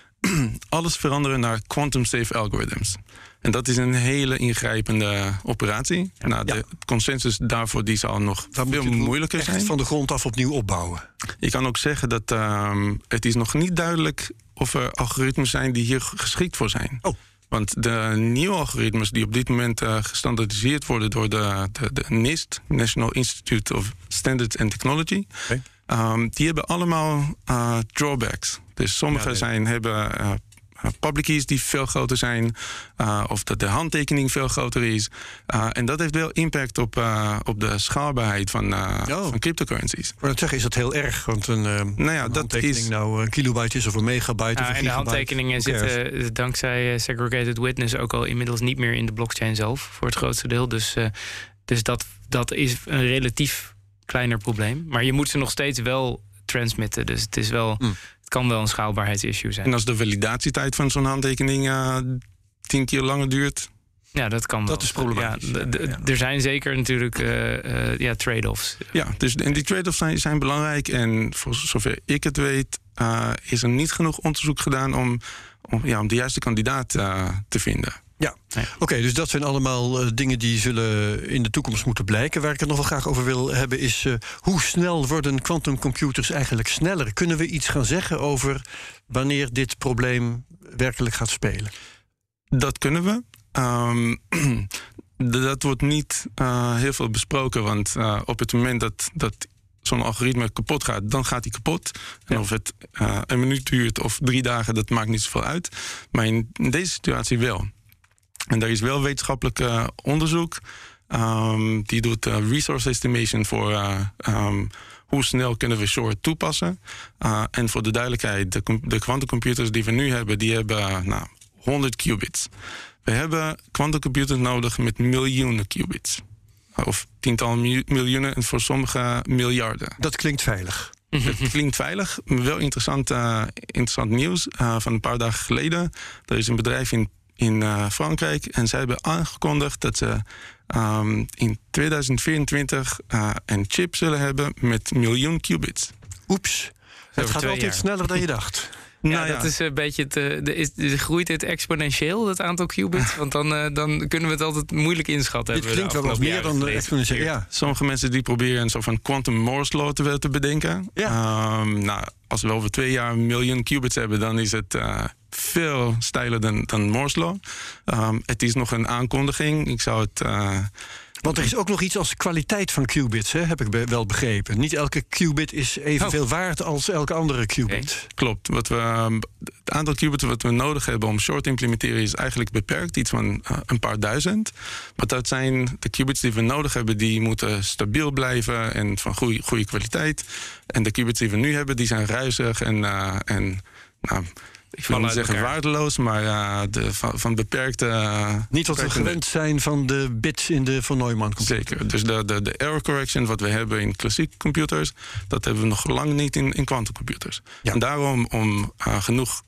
alles veranderen naar quantum safe algorithms. En dat is een hele ingrijpende operatie. Ja. Nou, de ja. consensus daarvoor die zal nog dan veel moeilijker echt zijn. Van de grond af opnieuw opbouwen. Je kan ook zeggen dat um, het is nog niet duidelijk of er algoritmes zijn die hier geschikt voor zijn. Oh. Want de nieuwe algoritmes die op dit moment uh, gestandaardiseerd worden door de, de, de N I S T, National Institute of Standards and Technology, okay. um, die hebben allemaal uh, drawbacks. Dus sommige ja, nee. zijn, hebben uh, public keys die veel groter zijn, uh, of dat de handtekening veel groter is. Uh, en dat heeft wel impact op, uh, op de schaalbaarheid van, uh, oh. van cryptocurrencies. Maar dat zeggen is dat heel erg, want een, uh, nou ja, een dat handtekening is, nou een kilobyte is of een megabyte. Ja, of een en de handtekeningen zitten uh, dankzij uh, segregated witness ook al inmiddels niet meer in de blockchain zelf, voor het grootste deel. Dus, uh, dus dat, dat is een relatief kleiner probleem. Maar je moet ze nog steeds wel transmitten. Dus het is wel... Mm. kan wel een schaalbaarheidsissue zijn. En als de validatietijd van zo'n handtekening uh, tien keer langer duurt? Ja, dat kan wel. Dat is problematisch. Ja, d- d- ja. Er zijn zeker natuurlijk uh, uh, ja, trade-offs. Ja, dus, en die trade-offs zijn, zijn belangrijk. En voor zover ik het weet, uh, is er niet genoeg onderzoek gedaan om, om, ja, om de juiste kandidaat uh, te vinden. Ja, oké, okay, dus dat zijn allemaal uh, dingen die zullen in de toekomst moeten blijken. Waar ik het nog wel graag over wil hebben is uh, hoe snel worden quantumcomputers eigenlijk sneller? Kunnen we iets gaan zeggen over wanneer dit probleem werkelijk gaat spelen? Dat kunnen we. Um, dat wordt niet uh, heel veel besproken, want uh, op het moment dat, dat zo'n algoritme kapot gaat, dan gaat hij kapot. En ja. of het uh, een minuut duurt of drie dagen, dat maakt niet zoveel uit. Maar in, in deze situatie wel. En er is wel wetenschappelijk uh, onderzoek. Um, die doet uh, resource estimation voor uh, um, hoe snel kunnen we short toepassen. Uh, en voor de duidelijkheid, de, de quantumcomputers die we nu hebben, die hebben uh, nou, honderd qubits. We hebben quantumcomputers nodig met miljoenen qubits. Of tientallen miljoenen en voor sommige miljarden. Dat klinkt veilig. Het klinkt veilig. Wel interessant, uh, interessant nieuws. Uh, van een paar dagen geleden. Er is een bedrijf in, in uh, Frankrijk. En zij hebben aangekondigd dat ze um, in tweeduizend vierentwintig uh, een chip zullen hebben met miljoen qubits. Oeps. Het gaat altijd jaar. sneller dan je dacht. Ja, nou ja, dat is een beetje het. Uh, de, is, de, groeit dit exponentieel, het aantal qubits? Want dan, uh, dan kunnen we het altijd moeilijk inschatten. Dit klinkt wel wat meer dan exponentieel. Ja. Sommige mensen die proberen een soort van quantum Moore's law te, te bedenken. Ja. Um, nou, als we over twee jaar een miljoen qubits hebben, dan is het uh, veel steiler dan, dan Moore's law. Um, het is nog een aankondiging. Ik zou het. Uh, Want er is ook nog iets als kwaliteit van qubits, hè, heb ik be- wel begrepen. Niet elke qubit is evenveel oh. waard als elke andere qubit. Okay. Klopt. Wat we, het aantal qubits wat we nodig hebben om short te implementeren is eigenlijk beperkt. Iets van uh, een paar duizend. Maar dat zijn de qubits die we nodig hebben, die moeten stabiel blijven en van goede, goede kwaliteit. En de qubits die we nu hebben, die zijn ruizig en, uh, en nou, ik wil niet zeggen elkaar. waardeloos, maar uh, de, van, van beperkte... Uh, niet wat we gewend zijn van de bits in de Von Neumann computer. Zeker. Dus de, de, de error correction wat we hebben in klassieke computers, dat hebben we nog lang niet in, in quantumcomputers. Ja. En daarom om uh, genoeg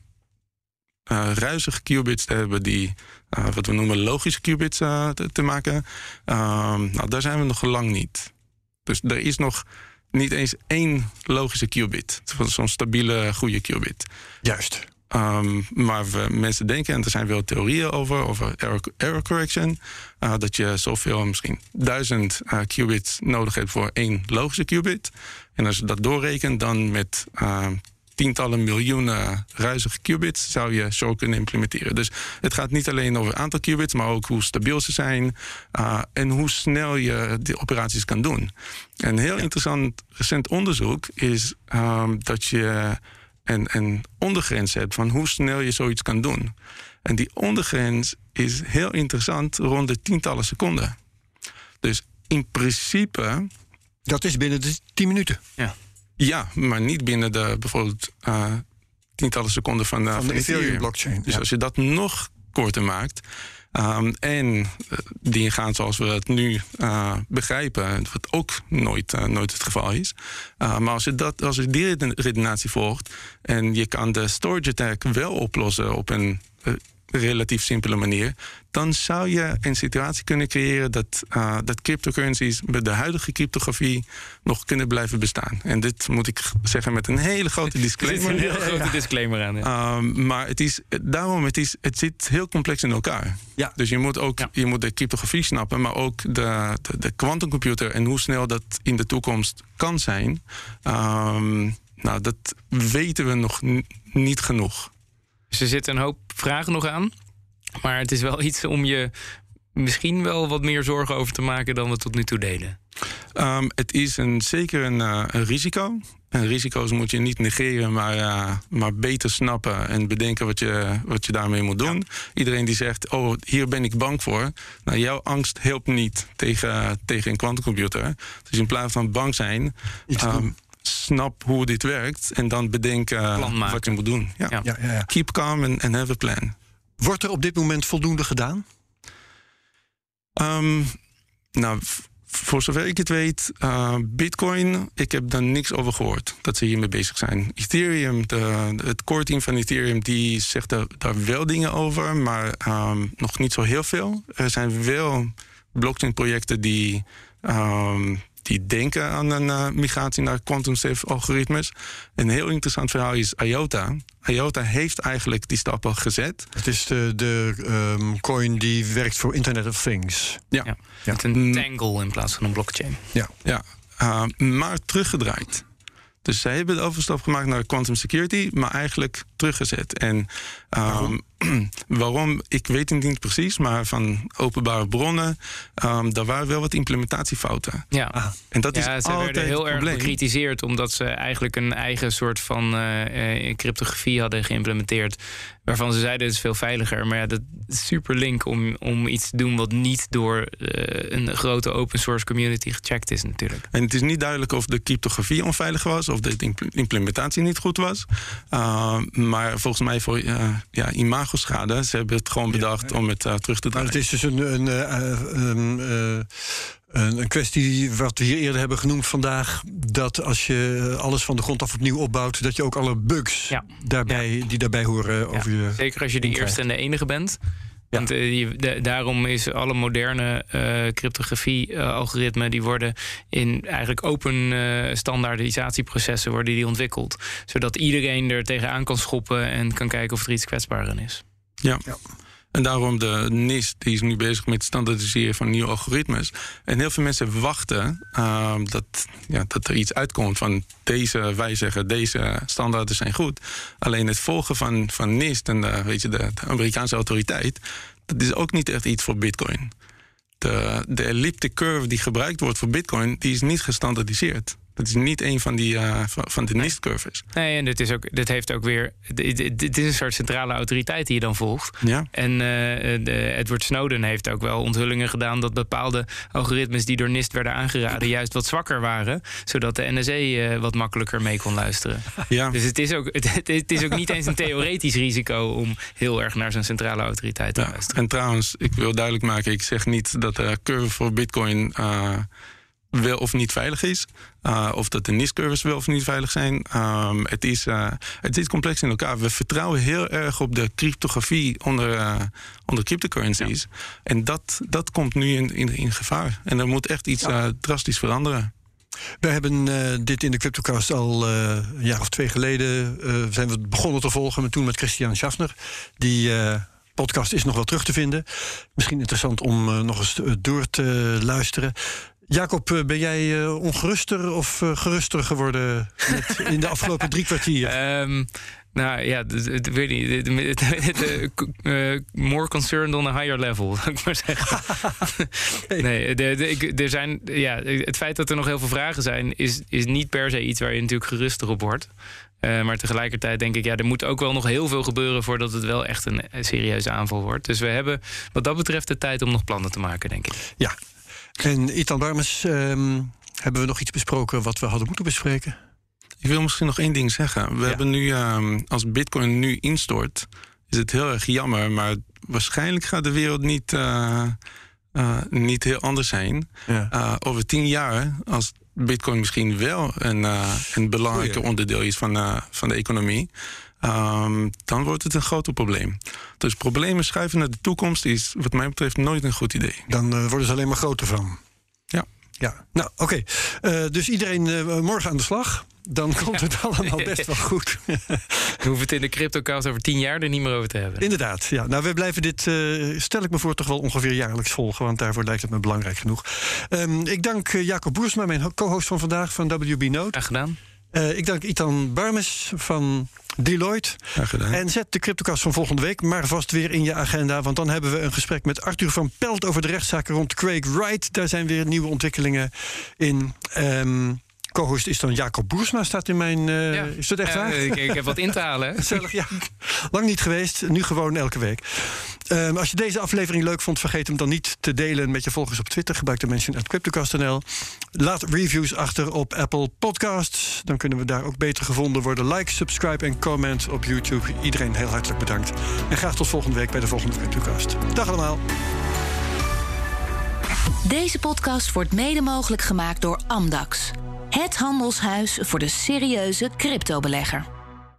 uh, ruizige qubits te hebben die uh, wat we noemen logische qubits uh, te, te maken, uh, nou, daar zijn we nog lang niet. Dus er is nog niet eens één logische qubit. Zo'n stabiele, goede qubit. Juist. Um, maar we, mensen denken, en er zijn wel theorieën over, over error, error correction, uh, dat je zoveel, misschien duizend uh, qubits nodig hebt voor één logische qubit. En als je dat doorrekent, dan met uh, tientallen miljoenen ruizige qubits zou je zo kunnen implementeren. Dus het gaat niet alleen over het aantal qubits, maar ook hoe stabiel ze zijn uh, en hoe snel je die operaties kan doen. Een heel ja. interessant recent onderzoek is um, dat je En een ondergrens hebt van hoe snel je zoiets kan doen. En die ondergrens is heel interessant rond de tientallen seconden. Dus in principe... Dat is binnen de tien minuten. Ja, ja, maar niet binnen de bijvoorbeeld uh, tientallen seconden van, uh, van de Ethereum-blockchain. Dus ja. als je dat nog korter maakt, Um, en uh, die gaan zoals we het nu uh, begrijpen, wat ook nooit, uh, nooit het geval is. Uh, maar als je, dat, als je die redenatie volgt en je kan de storage attack wel oplossen op een uh, relatief simpele manier, dan zou je een situatie kunnen creëren dat, uh, dat cryptocurrencies met de huidige cryptografie nog kunnen blijven bestaan. En dit moet ik zeggen met een hele grote disclaimer. Er zit een hele grote disclaimer aan. Ja. Um, maar het is daarom, het, is, het zit heel complex in elkaar. Ja. Dus je moet ook ja. je moet de cryptografie snappen, maar ook de, de, de quantumcomputer en hoe snel dat in de toekomst kan zijn. Um, nou, dat weten we nog n- niet genoeg. Dus er zitten een hoop vragen nog aan. Maar het is wel iets om je misschien wel wat meer zorgen over te maken dan we tot nu toe deden. Um, het is een, zeker een, uh, een risico. En risico's moet je niet negeren, maar, uh, maar beter snappen en bedenken wat je, wat je daarmee moet doen. Ja. Iedereen die zegt, oh, hier ben ik bang voor. Nou, jouw angst helpt niet tegen, tegen een quantumcomputer. Dus in plaats van bang zijn, Um, snap hoe dit werkt en dan bedenk uh, wat je moet doen. Ja. Ja, ja, ja. Keep calm and, and have a plan. Wordt er op dit moment voldoende gedaan? Um, nou, f- voor zover ik het weet, uh, Bitcoin, ik heb daar niks over gehoord dat ze hiermee bezig zijn. Ethereum, de, de, het core team van Ethereum, die zegt daar, daar wel dingen over, maar um, nog niet zo heel veel. Er zijn wel blockchain-projecten die Um, die denken aan een uh, migratie naar quantum-safe algoritmes. Een heel interessant verhaal is IOTA. IOTA heeft eigenlijk die stap al gezet. Het is de, de um, coin die werkt voor Internet of Things. Ja. ja. Met een tangle in plaats van een blockchain. Ja, ja. Uh, maar teruggedraaid. Dus zij hebben de overstap gemaakt naar quantum security, maar eigenlijk teruggezet. En um, waarom? waarom? Ik weet het niet precies, maar van openbare bronnen, um, daar waren wel wat implementatiefouten. Ja, ah. en dat ja, is ze altijd werden heel het erg bekritiseerd omdat ze eigenlijk een eigen soort van uh, uh, cryptografie hadden geïmplementeerd, waarvan ze zeiden het is veel veiliger. Maar ja, dat is super link om, om iets te doen wat niet door uh, een grote open source community gecheckt is natuurlijk. En het is niet duidelijk of de cryptografie onveilig was of de implementatie niet goed was. Uh, maar volgens mij voor uh, ja, imagoschade, ze hebben het gewoon bedacht ja, om het uh, terug te draaien. Maar het is dus een, een, uh, um, uh, een kwestie wat we hier eerder hebben genoemd vandaag, dat als je alles van de grond af opnieuw opbouwt, dat je ook alle bugs ja. daarbij, ja. die daarbij horen ja. over je. Zeker als je de eerste en de enige bent. Ja. Want uh, die, de, daarom is alle moderne uh, cryptografie-algoritmen, uh, die worden in eigenlijk open uh, standaardisatieprocessen worden die ontwikkeld. Zodat iedereen er tegenaan kan schoppen en kan kijken of er iets kwetsbaar aan is. Ja. ja. En daarom de NIST, die is nu bezig met het standaardiseren van nieuwe algoritmes. En heel veel mensen wachten uh, dat, ja, dat er iets uitkomt van deze, wij zeggen deze standaarden zijn goed. Alleen het volgen van, van NIST en de, weet je, de, de Amerikaanse autoriteit, dat is ook niet echt iets voor Bitcoin. De, de elliptic curve die gebruikt wordt voor Bitcoin, die is niet gestandaardiseerd. Dat is niet een van, die, uh, van de NIST-curves. Nee, en dit, is ook, dit heeft ook weer. Dit, dit is een soort centrale autoriteit die je dan volgt. Ja. En uh, de Edward Snowden heeft ook wel onthullingen gedaan dat bepaalde algoritmes die door NIST werden aangeraden juist wat zwakker waren, zodat de N S A uh, wat makkelijker mee kon luisteren. Ja. Dus het is, ook, het, het is ook niet eens een theoretisch risico om heel erg naar zo'n centrale autoriteit te ja. luisteren. En trouwens, ik wil duidelijk maken, ik zeg niet dat de curve voor Bitcoin Uh, wel of niet veilig is. Uh, of dat de NIST-curves wel of niet veilig zijn. Um, het, is, uh, het zit complex in elkaar. We vertrouwen heel erg op de cryptografie onder, uh, onder cryptocurrencies. Ja. En dat, dat komt nu in, in, in gevaar. En er moet echt iets ja. uh, drastisch veranderen. We hebben uh, dit in de CryptoCast al uh, een jaar of twee geleden uh, zijn we begonnen te volgen. Maar toen met Christian Schaffner. Die Uh, podcast is nog wel terug te vinden. Misschien interessant om uh, nog eens door te luisteren. Jacob, ben jij uh, ongeruster of uh, geruster geworden met, in de afgelopen drie kwartier? Um, nou ja, ik weet niet. Uh, more concerned on a higher level, zou ik maar zeggen. nee, de, de, ik, er zijn, ja, het feit dat er nog heel veel vragen zijn, is, is niet per se iets waar je natuurlijk gerustig op wordt. Uh, maar tegelijkertijd denk ik, ja, er moet ook wel nog heel veel gebeuren voordat het wel echt een, een serieuze aanval wordt. Dus we hebben wat dat betreft de tijd om nog plannen te maken, denk ik. Ja. En Ithan Barmes, um, hebben we nog iets besproken wat we hadden moeten bespreken? Ik wil misschien nog één ding zeggen. We ja. hebben nu, um, als Bitcoin nu instort, is het heel erg jammer. Maar waarschijnlijk gaat de wereld niet, uh, uh, niet heel anders zijn. Ja. Uh, over tien jaar, als Bitcoin misschien wel een, uh, een belangrijke oh ja. onderdeel is van, uh, van de economie, Um, dan wordt het een groter probleem. Dus problemen schuiven naar de toekomst is wat mij betreft nooit een goed idee. Dan uh, worden ze alleen maar groter van. Ja. ja. Nou, oké. Okay. Uh, dus iedereen uh, morgen aan de slag. Dan komt het allemaal best wel goed. We hoeven het in de CryptoCast over tien jaar er niet meer over te hebben. Inderdaad, ja. Nou, we blijven dit, uh, stel ik me voor, toch wel ongeveer jaarlijks volgen. Want daarvoor lijkt het me belangrijk genoeg. Um, ik dank uh, Jacob Boersma, mijn co-host van vandaag van W B Node. Graag gedaan. Uh, ik dank Ithan Barmes van Deloitte. Graag gedaan. En zet de CryptoCast van volgende week maar vast weer in je agenda. Want dan hebben we een gesprek met Arthur van Pelt over de rechtszaken rond Craig Wright. Daar zijn weer nieuwe ontwikkelingen in. Um, Co-host is dan Jacob Boersma, staat in mijn... Uh, ja. Is dat echt waar? Uh, ik, ik heb wat in te halen. Gezellig, ja. Lang niet geweest, nu gewoon elke week. Um, als je deze aflevering leuk vond, vergeet hem dan niet te delen met je volgers op Twitter. Gebruik de mention at CryptoCast punt n l. Laat reviews achter op Apple Podcasts. Dan kunnen we daar ook beter gevonden worden. Like, subscribe en comment op YouTube. Iedereen heel hartelijk bedankt. En graag tot volgende week bij de volgende CryptoCast. Dag allemaal. Deze podcast wordt mede mogelijk gemaakt door Amdax. Het handelshuis voor de serieuze cryptobelegger.